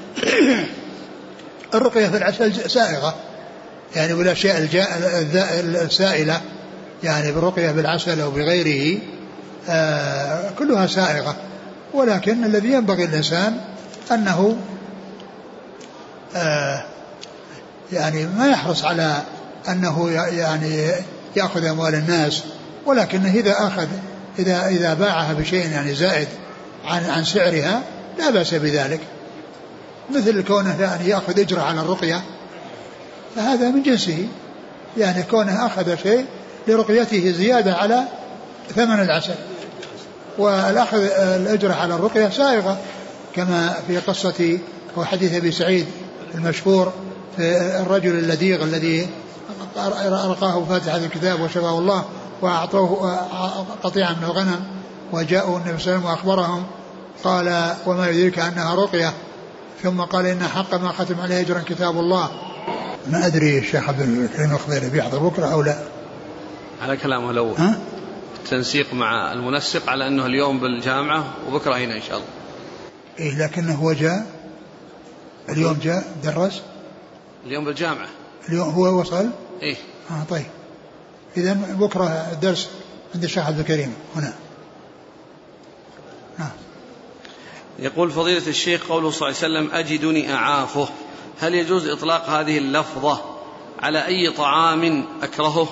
الرقية في العسل سائغة يعني، والأشياء السائلة يعني بالرقية بالعسل أو بغيره آه كلها سائغة، ولكن الذي ينبغي الإنسان أنه آه يعني ما يحرص على أنه يعني يأخذ أموال الناس، ولكن إذا أخذ إذا إذا باعها بشيء يعني زائد عن عن سعرها لا بأس بذلك، مثل كونه يعني يأخذ أجرة على الرقية فهذا من جنسه، يعني كونه أخذ شيء لرقيته زيادة على ثمن العسل، والأخذ الأجرة على الرقية سائغة كما في قصة أو حديث أبي سعيد المشهور في الرجل اللديغ الذي رقاه فاتحة الكتاب وشفاه الله وأعطوه قطيعا من الغنم، وجاءوا النبي صلى الله عليه وسلم وأخبرهم قال وما يدريك أنها رقية، ثم قال إن حق ما ختم عليه أجرا كتاب الله. ما أدري الشيخ عبد الكريم الخضيري بيحضر بكرة أو لا؟ على كلامه الأول تنسيق مع المنسق على أنه اليوم بالجامعة وبكرة هنا إن شاء الله. إيه لكنه هو جاء اليوم، جاء درس اليوم بالجامعة، اليوم هو وصل. إيه آه طيب، إذا بكرة الدرس عند الشيخ عبد الكريم هنا. آه. يقول فضيلة الشيخ قوله صلى الله عليه وسلم أجدني أعافه، هل يجوز إطلاق هذه اللفظة على أي طعام أكرهه؟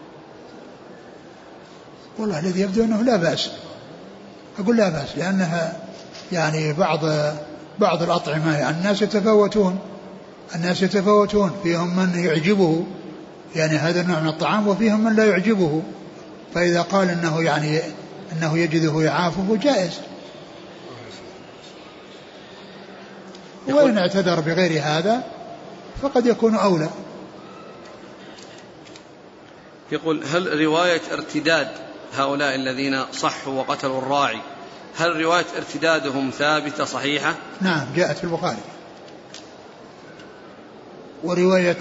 والله الذي يبدو أنه لا بأس، أقول لا بأس، لأنها يعني بعض بعض الأطعمة يعني الناس يتفاوتون الناس يتفاوتون فيهم من يعجبه يعني هذا النوع من الطعام، وفيهم من لا يعجبه، فإذا قال أنه يعني أنه يجده يعافه جائز، وإن اعتذر بغير هذا فقد يكون أولى. يقول هل رواية ارتداد هؤلاء الذين صحوا وقتلوا الراعي، هل رواية ارتدادهم ثابتة صحيحة؟ نعم جاءت في البخاري، ورواية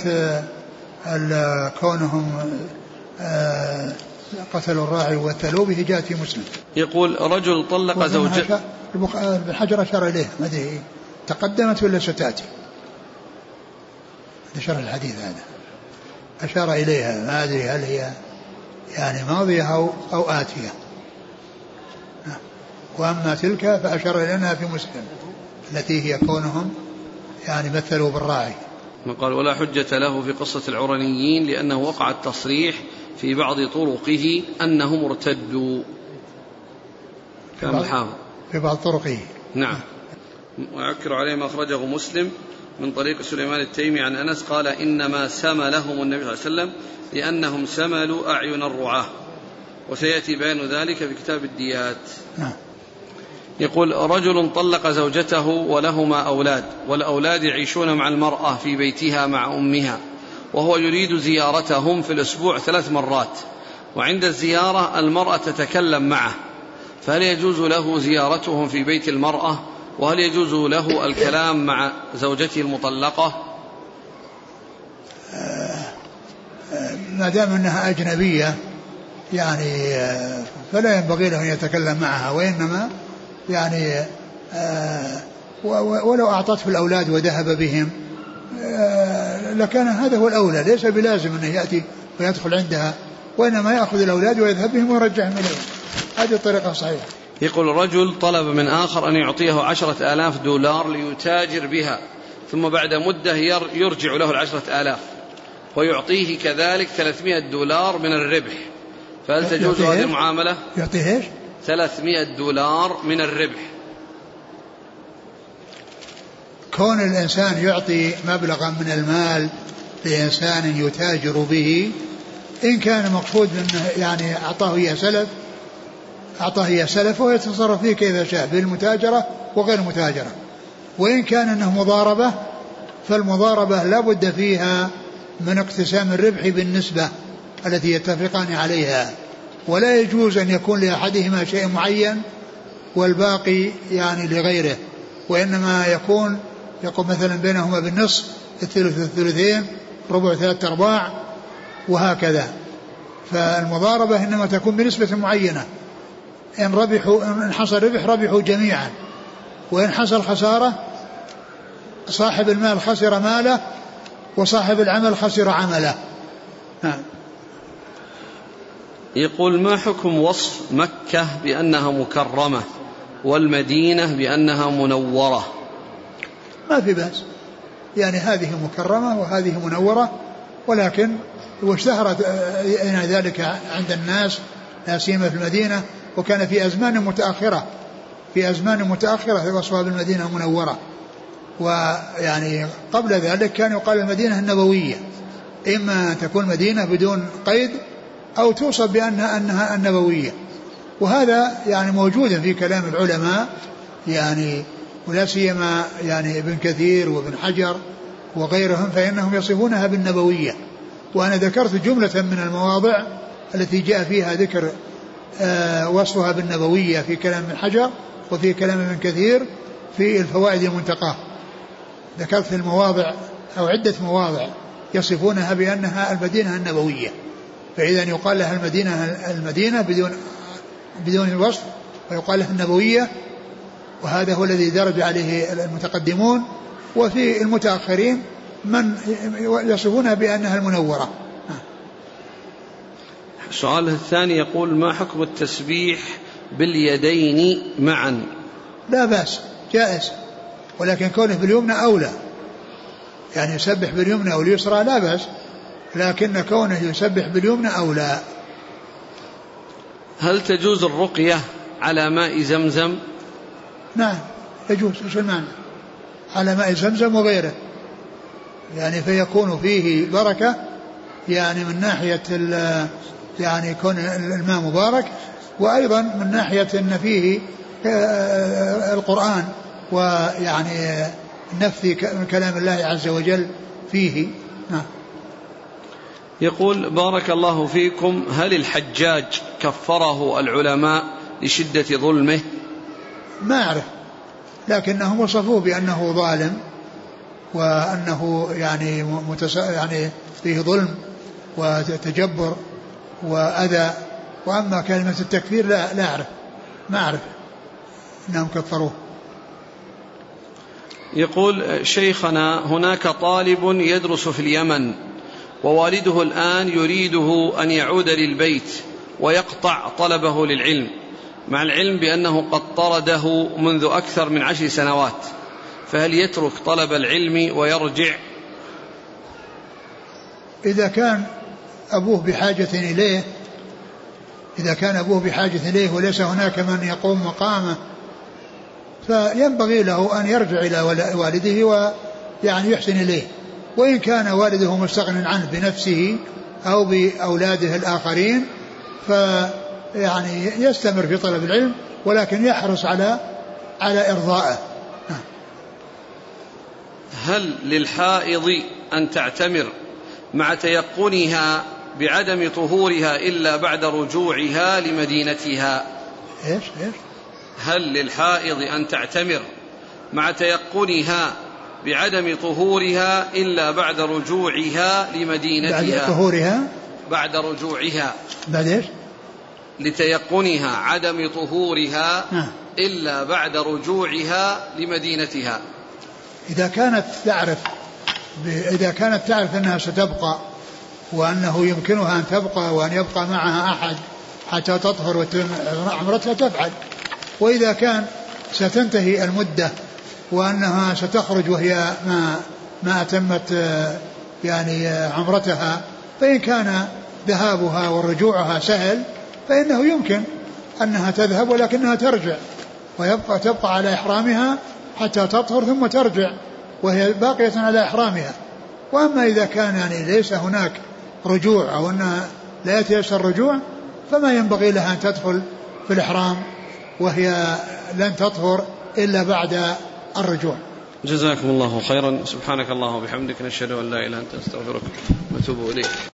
كونهم قتلوا الراعي وثلوا به جاءت في مسلم. يقول رجل طلق زوجته، ابن حجر أشار إليه ما أدري تقدمت ولا ستأتي، نشر الحديث هذا أشار إليها ما أدري هل هي يعني ماضية أو, أو آتية، وأما تلك فأشار إلينا في مسلم التي هي كونهم يعني مثلوا بالراعي. قال ولا حجة له في قصة العرنيين لأنه وقع التصريح في بعض طرقه أنهم ارتدوا كما الحافظ في بعض طرقه. نعم. ويذكر عليه ما أخرجه مسلم من طريق سليمان التيمي عن أنس قال إنما سمى لهم النبي صلى الله عليه وسلم لأنهم سملوا أعين الرعاة، وسيأتي بيان ذلك في كتاب الديات. نعم. يقول رجل طلق زوجته ولهما أولاد، والأولاد يعيشون مع المرأة في بيتها مع أمها، وهو يريد زيارتهم في الأسبوع ثلاث مرات، وعند الزيارة المرأة تتكلم معه، فهل يجوز له زيارتهم في بيت المرأة؟ وهل يجوز له الكلام مع زوجته المطلقة؟ ما دام أنها أجنبية يعني فلا ينبغي له أن يتكلم معها، وإنما يعني ولو أعطته الأولاد وذهب بهم لكان هذا هو الأولى، ليس بلازم أنه يأتي ويدخل عندها، وإنما يأخذ الأولاد ويذهب بهم ويرجعهم إليه، هذه الطريقة صحيحة. يقول رجل طلب من آخر أن يعطيه عشرة آلاف دولار ليتاجر بها، ثم بعد مدة يرجع له العشرة آلاف ويعطيه كذلك ثلاثمائة دولار من الربح، فهل تجوز هذه المعاملة؟ يعطيه إيش؟ ثلاثمائة دولار من الربح. كون الإنسان يعطي مبلغا من المال لإنسان يتاجر به، إن كان مقصود منه يعني أعطاه إياه سلف أعطاه إياه سلف ويتصرف فيه كيف شاء بالمتاجرة وغير المتاجرة. وإن كان أنه مضاربة فالمضاربة لا بد فيها من اقتسام الربح بالنسبة التي يتفقان عليها، ولا يجوز أن يكون لأحدهما شيء معين والباقي يعني لغيره، وإنما يكون يقوم مثلا بينهما بالنصف، الثلث الثلثين، ربع ثلاثة أرباع، وهكذا. فالمضاربة إنما تكون بنسبة معينة، إن ربحوا إن حصل ربح ربحوا جميعا، وإن حصل خسارة صاحب المال خسر ماله وصاحب العمل خسر عمله. ها. يقول: ما حكم وصف مكة بأنها مكرمة والمدينة بأنها منورة؟ ما في بأس، يعني هذه مكرمة وهذه منورة، ولكن واشتهرت ذلك عند الناس لا سيما في المدينة، وكان في أزمان متأخرة في أزمان متأخرة وصفها بالمدينة المنورة، ويعني قبل ذلك كان يقال المدينة النبوية، إما أن تكون مدينة بدون قيد أو توصف بأنها أنها النبوية، وهذا يعني موجود في كلام العلماء يعني، ولا سيما يعني ابن كثير وابن حجر وغيرهم، فإنهم يصفونها بالنبوية. وأنا ذكرت جملة من المواضع التي جاء فيها ذكر آه وصفها بالنبوية في كلام ابن حجر وفي كلام ابن كثير في الفوائد المنتقاه، ذكرت في المواضع أو عدة مواضع يصفونها بأنها المدينة النبوية، فإذا يقال لها المدينة المدينة بدون بدون الوصف، ويقال لها النبوية، وهذا هو الذي درج عليه المتقدمون. وفي المتأخرين من يصفونها بأنها المنورة. السؤال الثاني يقول: ما حكم التسبيح باليدين معا؟ لا بأس، جائز، ولكن كونه باليمنى أولى، يعني يسبح باليمنى واليسرى لا بأس، لكن كونه يسبح باليمنى أولى. هل تجوز الرقية على ماء زمزم؟ نعم يجوز. ايش المعنى؟ على ماء زمزم وغيره، يعني فيكون فيه بركة، يعني من ناحية يعني يكون الماء مبارك، وأيضا من ناحية أن فيه القرآن ويعني نفي كلام الله عز وجل فيه. نعم. يقول: بارك الله فيكم، هل الحجاج كفره العلماء لشدة ظلمه؟ ما أعرف، لكنهم وصفوه بأنه ظالم وأنه يعني متس... يعني فيه ظلم وتجبر وأذى، وأما كلمة التكفير لا لا أعرف، ما أعرف أنهم كفروه. يقول: شيخنا، هناك طالب يدرس في اليمن ووالده الآن يريده أن يعود للبيت ويقطع طلبه للعلم، مع العلم بأنه قد طرده منذ أكثر من عشر سنوات، فهل يترك طلب العلم ويرجع؟ إذا كان أبوه بحاجة إليه إذا كان أبوه بحاجة إليه وليس هناك من يقوم مقامه، فينبغي له أن يرجع إلى والده ويعني يحسن إليه. وإن كان والده مستغن عنه بنفسه أو بأولاده الآخرين فيعني يستمر في طلب العلم، ولكن يحرص على على إرضائه. هل للحائض أن تعتمر مع تيقنها بعدم طهورها إلا بعد رجوعها لمدينتها؟ إيش إيش هل للحائض أن تعتمر مع تيقنها بعدم طهورها إلا بعد رجوعها لمدينتها؟ بعد طهورها بعد رجوعها بعد إيش؟ لتيقنها عدم طهورها آه. إلا بعد رجوعها لمدينتها. إذا كانت تعرف إذا كانت تعرف أنها ستبقى وأنه يمكنها أن تبقى وأن يبقى معها أحد حتى تطهر وتتم عمرتها تفعل. وإذا كان ستنتهي المدة وأنها ستخرج وهي ما, ما أتمت يعني عمرتها، فإن كان ذهابها ورجوعها سهل فإنه يمكن أنها تذهب ولكنها ترجع ويبقى تبقى على إحرامها حتى تطهر ثم ترجع وهي باقية على إحرامها. وأما إذا كان يعني ليس هناك رجوع أو أنها لا يتيسر الرجوع فما ينبغي لها أن تدخل في الإحرام وهي لن تطهر إلا بعد الرجوع. جزاكم الله خيرا. سبحانك اللهم وبحمدك، نشهد أن لا إله إلا أنت، نستغفرك ونتوب إليك.